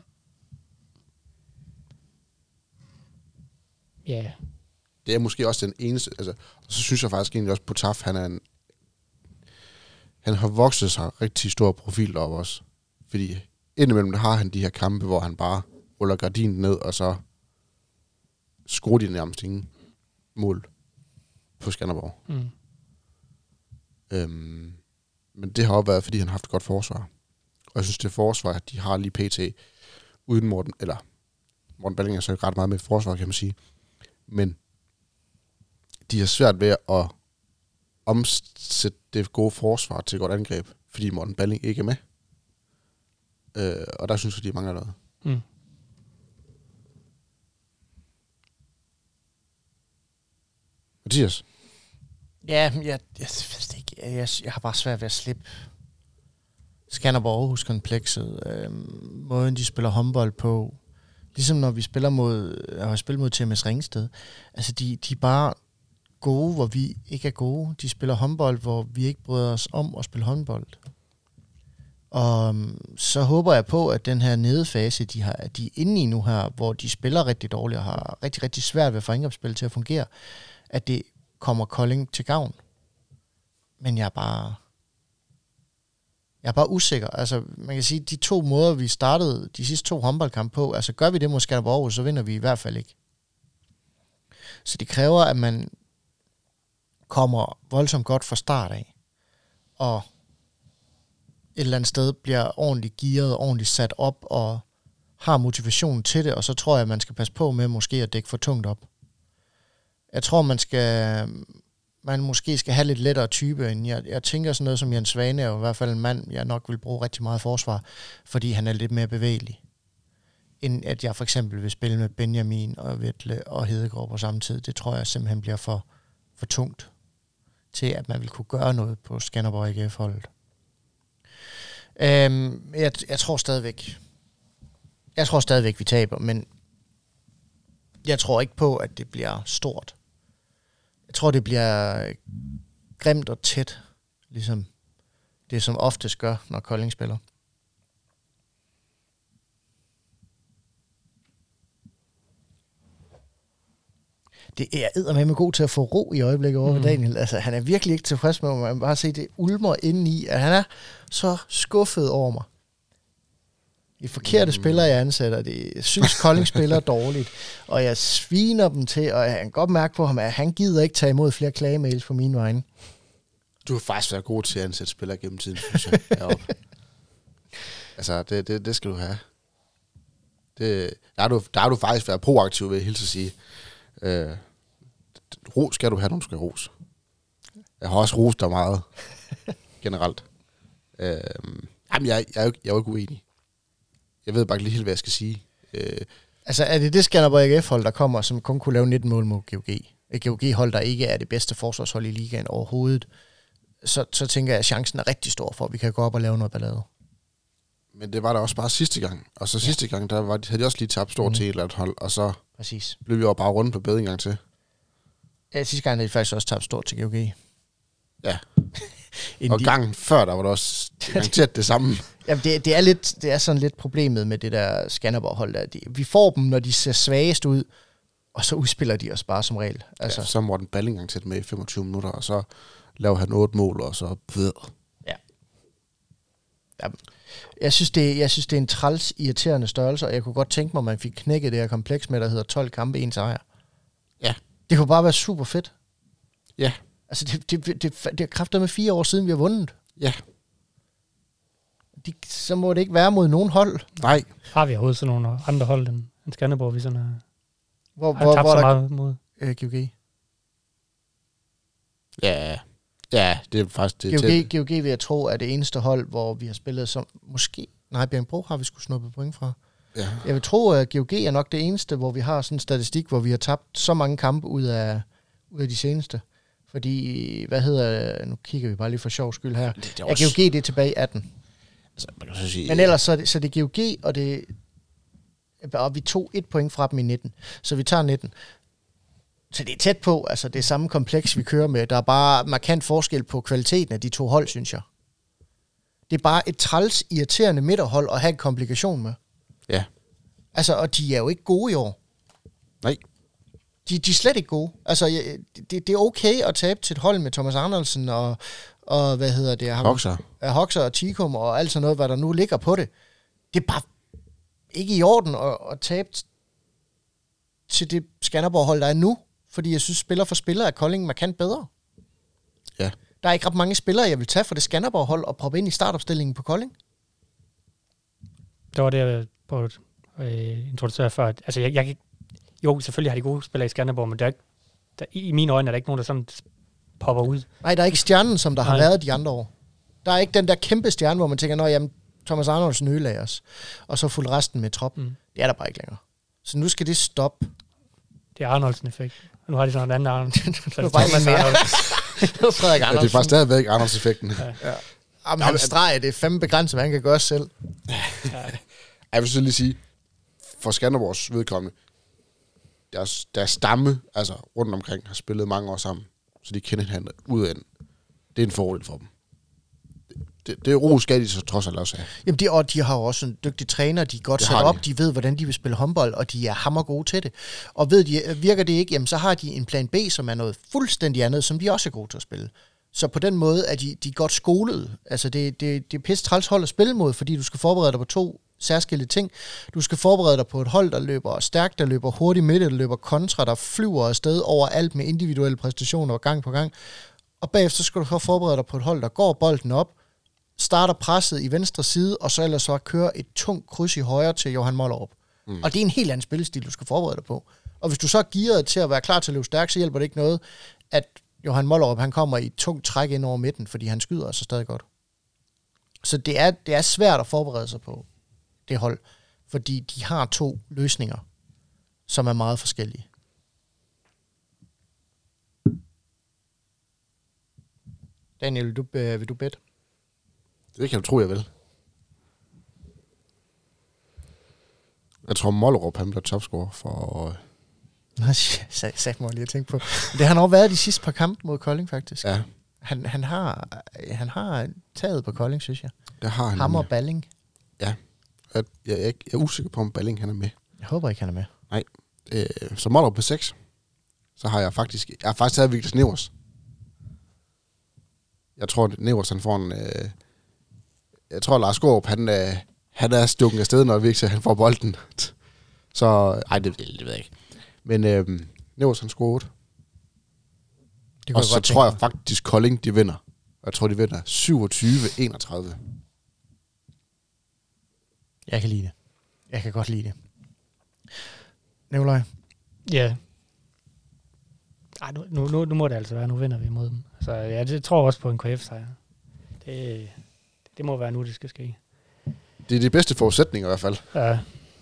Ja. Det er måske også den eneste... Altså, og så synes jeg faktisk egentlig også, Boutaf, han har vokset sig rigtig stor profil deroppe også. Fordi indimellem har han de her kampe, hvor han bare ruller gardinen ned, og så skruer de nærmest ingen mål på Skanderborg. Mm. Men det har også været, fordi han har haft et godt forsvar. Og jeg synes, det forsvar, at de har lige pt. Uden Morten Balling er så ret meget med forsvar, kan man sige. Men de har svært ved at omsætte det gode forsvar til et godt angreb, fordi Morten Balling ikke er med. Og der synes jeg, de mangler noget. Mm. Mathias? Ja, jeg ved det ikke. Jeg har bare svært ved at slippe Skanderborg Aarhus-komplekset. Måden, de spiller håndbold på. Ligesom når vi har spillet mod TMS Ringsted. Altså, de er bare gode, hvor vi ikke er gode. De spiller håndbold, hvor vi ikke bryder os om at spille håndbold. Og så håber jeg på, at den her nedefase, de er inde i nu her, hvor de spiller rigtig dårligt og har rigtig, rigtig svært ved at få angrebsspil til at fungere, at det kommer Kolding til gavn. Men jeg er bare usikker. Altså, man kan sige, de 2 måder, vi startede de sidste 2 håndboldkampe på, altså gør vi det mod Skanderborg, så vinder vi i hvert fald ikke. Så det kræver, at man kommer voldsomt godt fra start af, og et eller andet sted bliver ordentligt gearet, ordentligt sat op, og har motivationen til det, og så tror jeg, at man skal passe på med måske at dække for tungt op. Jeg tror, man måske skal have lidt lettere type end jeg tænker sådan noget som Jens Svane er jo i hvert fald en mand, jeg nok vil bruge rigtig meget forsvar, fordi han er lidt mere bevægelig, end at jeg for eksempel vil spille med Benjamin og Vettle og Hedegaard på samme tid. Det tror jeg simpelthen bliver for tungt til, at man vil kunne gøre noget på Skanderborg AGF-holdet. Jeg tror stadigvæk, vi taber, men jeg tror ikke på, at det bliver stort. Jeg tror, det bliver grimt og tæt, ligesom det, som oftest gør, når Kolding spiller. Det er eddermame god til at få ro i øjeblikket over Daniel. Altså, han er virkelig ikke tilfreds med mig. Man kan bare se, det ulmer indeni, at han er så skuffet over mig. De forkerte spillere, jeg ansætter, det synes Kolding spiller dårligt, og jeg sviner dem til, og jeg kan godt mærke på ham, at han gider ikke tage imod flere klagemails på mine vegne. Du har faktisk været god til at ansætte spillere gennem tiden, synes jeg, heroppe. Altså, det skal du have. Der har du faktisk været proaktiv ved, helt at sige. Ros skal du have, når du skal ros. Jeg har også rost dig meget, generelt. Jamen, jeg er jo ikke uenig. Jeg ved bare ikke lige helt, hvad jeg skal sige. Altså, er det Skanderborg AGF-hold, der kommer, som kun kunne lave 19 mål mod GOG? Et GOG-hold, der ikke er det bedste forsvarshold i ligaen overhovedet. Så tænker jeg, at chancen er rigtig stor for, at vi kan gå op og lave noget ballade. Men det var der også bare sidste gang. Og så sidste gang, havde de også lige tabt stort til et eller andet hold, og så blev vi jo bare rundt på bedre en gang til. Ja, sidste gang havde de faktisk også tabt stort til GOG. Ja. Og gangen før, der var det også garanteret det samme. Jamen, det er sådan lidt problemet med det der Skanderborg-hold der. Vi får dem, når de ser svagest ud, og så udspiller de os bare som regel. Altså. Ja, så Morten Balling gang til med i 25 minutter, og så laver han 8 mål, og så Ja. Jeg synes, det er en træls, irriterende størrelse, og jeg kunne godt tænke mig, at man fik knækket det her kompleks med, der hedder 12 kampe, 1 sejr. Ja. Det kunne bare være super fedt. Ja. Altså, det er kræfter med 4 år siden, vi har vundet. Ja. Så må det ikke være mod nogen hold. Nej. Har vi overhovedet sådan nogle andre hold end Skanderborg, vi sådan har tabt så meget mod? GOG. Ja, det er faktisk det. GOG vil jeg tro er det eneste hold, hvor vi har spillet som måske... Nej, Bjergbro har vi sgu snuppet point fra. Ja. Jeg vil tro, at GOG er nok det eneste, hvor vi har sådan en statistik, hvor vi har tabt så mange kampe ud af de seneste. Fordi, nu kigger vi bare lige for sjov skyld her. GOG, det er tilbage i 18. Så man kan så sige, Men ellers så er det GOG, og vi tog 1 point fra dem i 19. Så vi tager 19. Så det er tæt på, altså det er samme kompleks, vi kører med. Der er bare markant forskel på kvaliteten af de 2 hold, synes jeg. Det er bare et træls, irriterende midterhold at have en komplikation med. Ja. Altså, og de er jo ikke gode i år. Nej. De er slet ikke gode. Altså, det er okay at tabe til et hold med Thomas Arnoldsen og hvad hedder det? Hoxer og Tikum og alt sådan noget, hvad der nu ligger på det. Det er bare ikke i orden at tabe til det Skanderborg-hold, der er nu. Fordi jeg synes, spiller for spiller er Kolding markant bedre. Ja. Der er ikke ret mange spillere, jeg vil tage for det Skanderborg-hold og proppe ind i startopstillingen på Kolding. Det var det, jeg på introducere før. Altså, jeg jo, selvfølgelig har de gode spillere i Skanderborg, men i mine øjne er der ikke nogen, der sådan popper ud. Nej, der er ikke stjernen, som der har været de andre år. Der er ikke den der kæmpe stjerne, hvor man tænker, jamen, Thomas Arnoldsen ødelagde os, og så fuldt resten med troppen. Det er der bare ikke længere. Så nu skal det stoppe. Det er Arnoldsen-effekt. Og nu har de sådan en anden Arnoldsen. Så det er bare Thomas Arnoldsen. Det er Frederik Arnoldsen. Ja, det er faktisk stadigvæk Arnoldsen-effekten. Ja. Jamen, han streger, det er 5 begrænset, hvad han kan gøre selv. Jeg vil så lige sige, for Skanderborgs vedkommende, deres stamme, altså rundt omkring, har spillet mange år sammen, så de kender hinanden ud af. Det er en fordel for dem. Det ro skal de så trods alt også have. Jamen, de har jo også en dygtig træner, de er godt sat op, de ved, hvordan de vil spille håndbold, og de er hammergode til det. Og virker det ikke, jamen, så har de en plan B, som er noget fuldstændig andet, som de også er gode til at spille. Så på den måde er de godt skolet. Altså, det er pisse træls hold at spille mod, fordi du skal forberede dig på 2 særskilte ting. Du skal forberede dig på et hold, der løber stærkt, der løber hurtigt midt, der løber kontra, der flyver afsted overalt med individuelle præstationer gang på gang. Og bagefter skal du forberede dig på et hold, der går bolden op, starter presset i venstre side, og så ellers så kører et tungt kryds i højre til Johan Mollerup. Og det er en helt anden spillestil, du skal forberede dig på. Og hvis du så er gearet til at være klar til at løbe stærkt, så hjælper det ikke noget, at Johan Mollerup, han kommer i et tungt træk ind over midten, fordi han skyder så stadig godt. Så det er svært at forberede sig på det hold, fordi de har 2 løsninger, som er meget forskellige. Daniel, vil du bet? Det kan du tro, jeg vil. Jeg tror, Mollerup, han bliver topscorer for... Sagde mig lige at tænke på. Det har nok været de sidste par kampe mod Kolding, faktisk. Ja. Han har taget på Kolding, synes jeg. Det har han. Ham og Balling. Ja. Jeg er usikker på, om Balling han er med. Jeg håber ikke, han er med. Nej. Så Mollerup på 6. Så har jeg faktisk taget Victor Nevers. Jeg tror, Nevers han får en... Jeg tror, Lars Skårup, han er stukken afsted, når Victor han får bolden. Så... Ej, det ved jeg ikke. Men Nevers han scorer 8. Og så tror jeg faktisk, Kolding de vinder. Jeg tror, de vinder 27-31. Jeg kan lide det. Jeg kan godt lide det. Nikolaj? Ja. Ej, nu må det altså være. Nu vinder vi imod dem. Så jeg tror også på en KF-sejr. Det må være nu, det skal ske. Det er de bedste forudsætninger i hvert fald. Ja.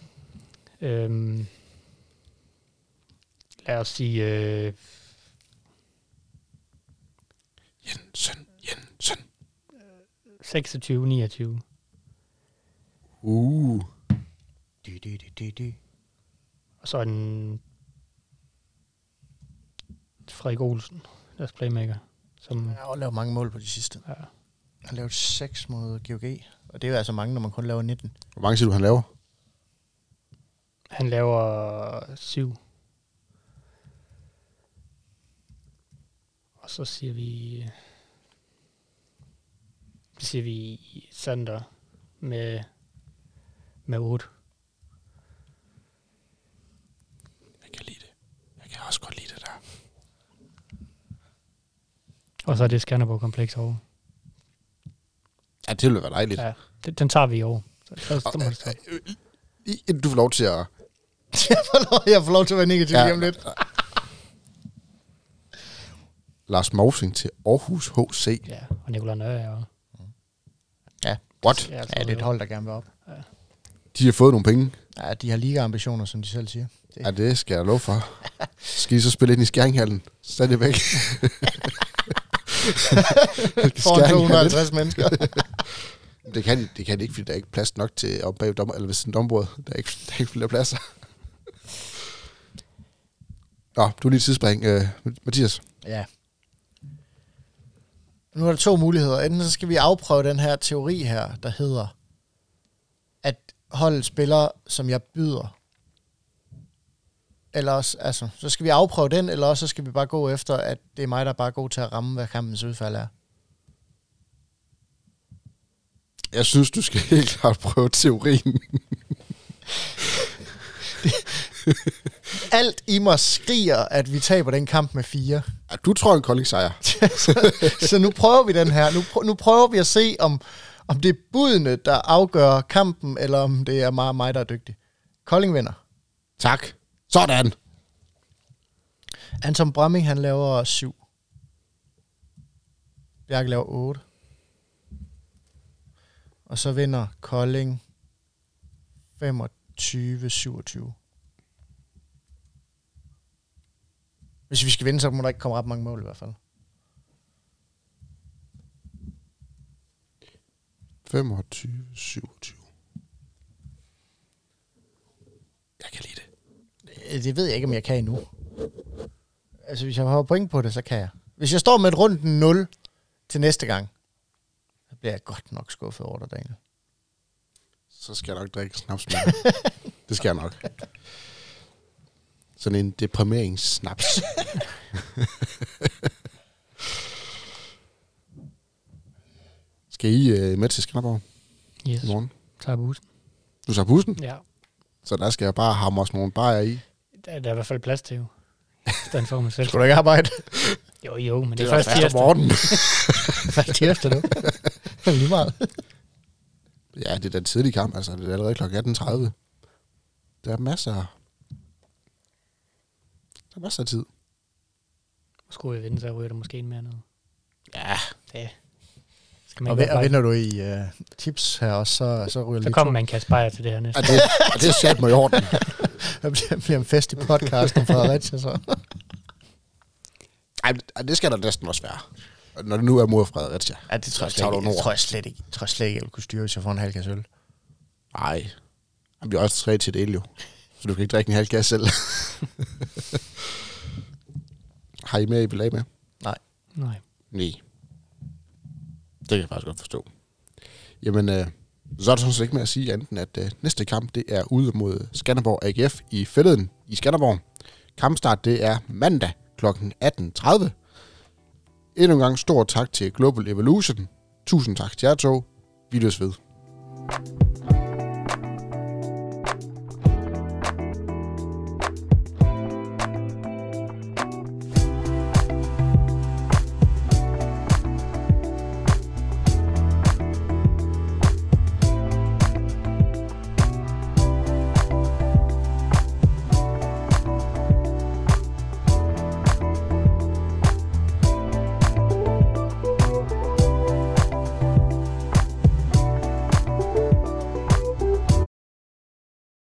Lad os sige... Jensen. 26-29. Og så en Frederik Olsen, deres playmaker. Som jeg har lavet mange mål på de sidste. Ja. Han har lavet 6 mod GOG, og det er jo altså mange, når man kun laver 19. Hvor mange siger du, han laver? Han laver 7. Og så siger vi Sander med 8. Jeg kan lide det. Jeg kan også godt lide det der. Og så er det Skanderborg-kompleks over. Ja, det ville være dejligt. Ja, den tager vi i år. Du får lov til at... jeg får lov til at være negativ lige om lidt. Lars Mousing til Aarhus HC. Ja, og Nicolai Nørre og... Ja. What? Ja, det er et hold, der gerne vil op. Ja. De har fået nogle penge. Ja, de har liga-ambitioner, som de selv siger. Ja, det skal jeg love for. Skal I så spille ind i Skæringhallen? Stadigvæk. For 250 mennesker. Det kan de ikke, fordi der er ikke plads nok til op bag dommer, eller ved sådan dombordet. Der er ikke flere pladser. Nå, du er lige tidsspring, Mathias. Ja. Nu er der 2 muligheder. Enten så skal vi afprøve den her teori her, der hedder, at holdet spiller, som jeg byder. Eller også, altså, så skal vi afprøve den, eller også så skal vi bare gå efter, at det er mig, der bare er god til at ramme, hvad kampens udfald er. Jeg synes, du skal helt klart prøve teorien. Alt i mig skriger, at vi taber den kamp med 4. Ja, du tror en Kolding sejr. Så nu prøver vi den her. Nu prøver vi at se, om det er budene, der afgør kampen, eller om det er mig, der er dygtig. Kolding vinder. Tak. Sådan. Anton Bramming, han laver 7. Bjarke laver 8. Og så vinder Kolding 25-27. Hvis vi skal vinde, så må der ikke komme ret mange mål i hvert fald. 25-27. Jeg kan lide det. Det ved jeg ikke, om jeg kan endnu. Altså, hvis jeg har point på det, så kan jeg. Hvis jeg står med et rundt 0 til næste gang, så bliver jeg godt nok skuffet over dig, Daniel. Så skal jeg nok drikke snaps med. Det skal jeg nok. Sådan en deprimeringssnaps. Skal I med til Skanderborg Yes. i morgen? Tager bussen. Du tager bussen? Ja. Så der skal jeg bare hamre os nogle bajer i. Der er i hvert fald plads til jo. Den får man selv. Skal du ikke arbejde? Jo, men det er først først tirsdag. morgen. Først tirsdag, du. Lige meget. Ja, det er den tidlige kamp. Altså, det er allerede kl. 18.30. Der er masser af tid. Skulle jeg vinde, så ryger der måske en mere ned. Ja. Det skal man Og ikke vinder du i tips her også, så ryger så lidt. kommer man en kasse bajer til det her næste. Det er sat mig i orden. Der bliver en fest i podcasten fra Fredericia, så. Ej, det skal der næsten også være. Når det nu er mod Fredericia. Ja, det tror jeg slet ikke. Jeg tror slet ikke, jeg vil kunne styre, hvis jeg får en halv kasse øl. Nej. Han bliver også 3 til det jo. Så du kan ikke drikke en halv kasse selv. Har I med, I vil af med? Nej. Nej. Det kan jeg faktisk godt forstå. Jamen, så er der sådan set ikke mere at sige andet, at næste kamp, det er ude mod Skanderborg AGF i Fælleden i Skanderborg. Kampstart, det er mandag kl. 18.30. Endnu en gang stor tak til Global Evolution. Tusind tak til jer to. Vi løs ved.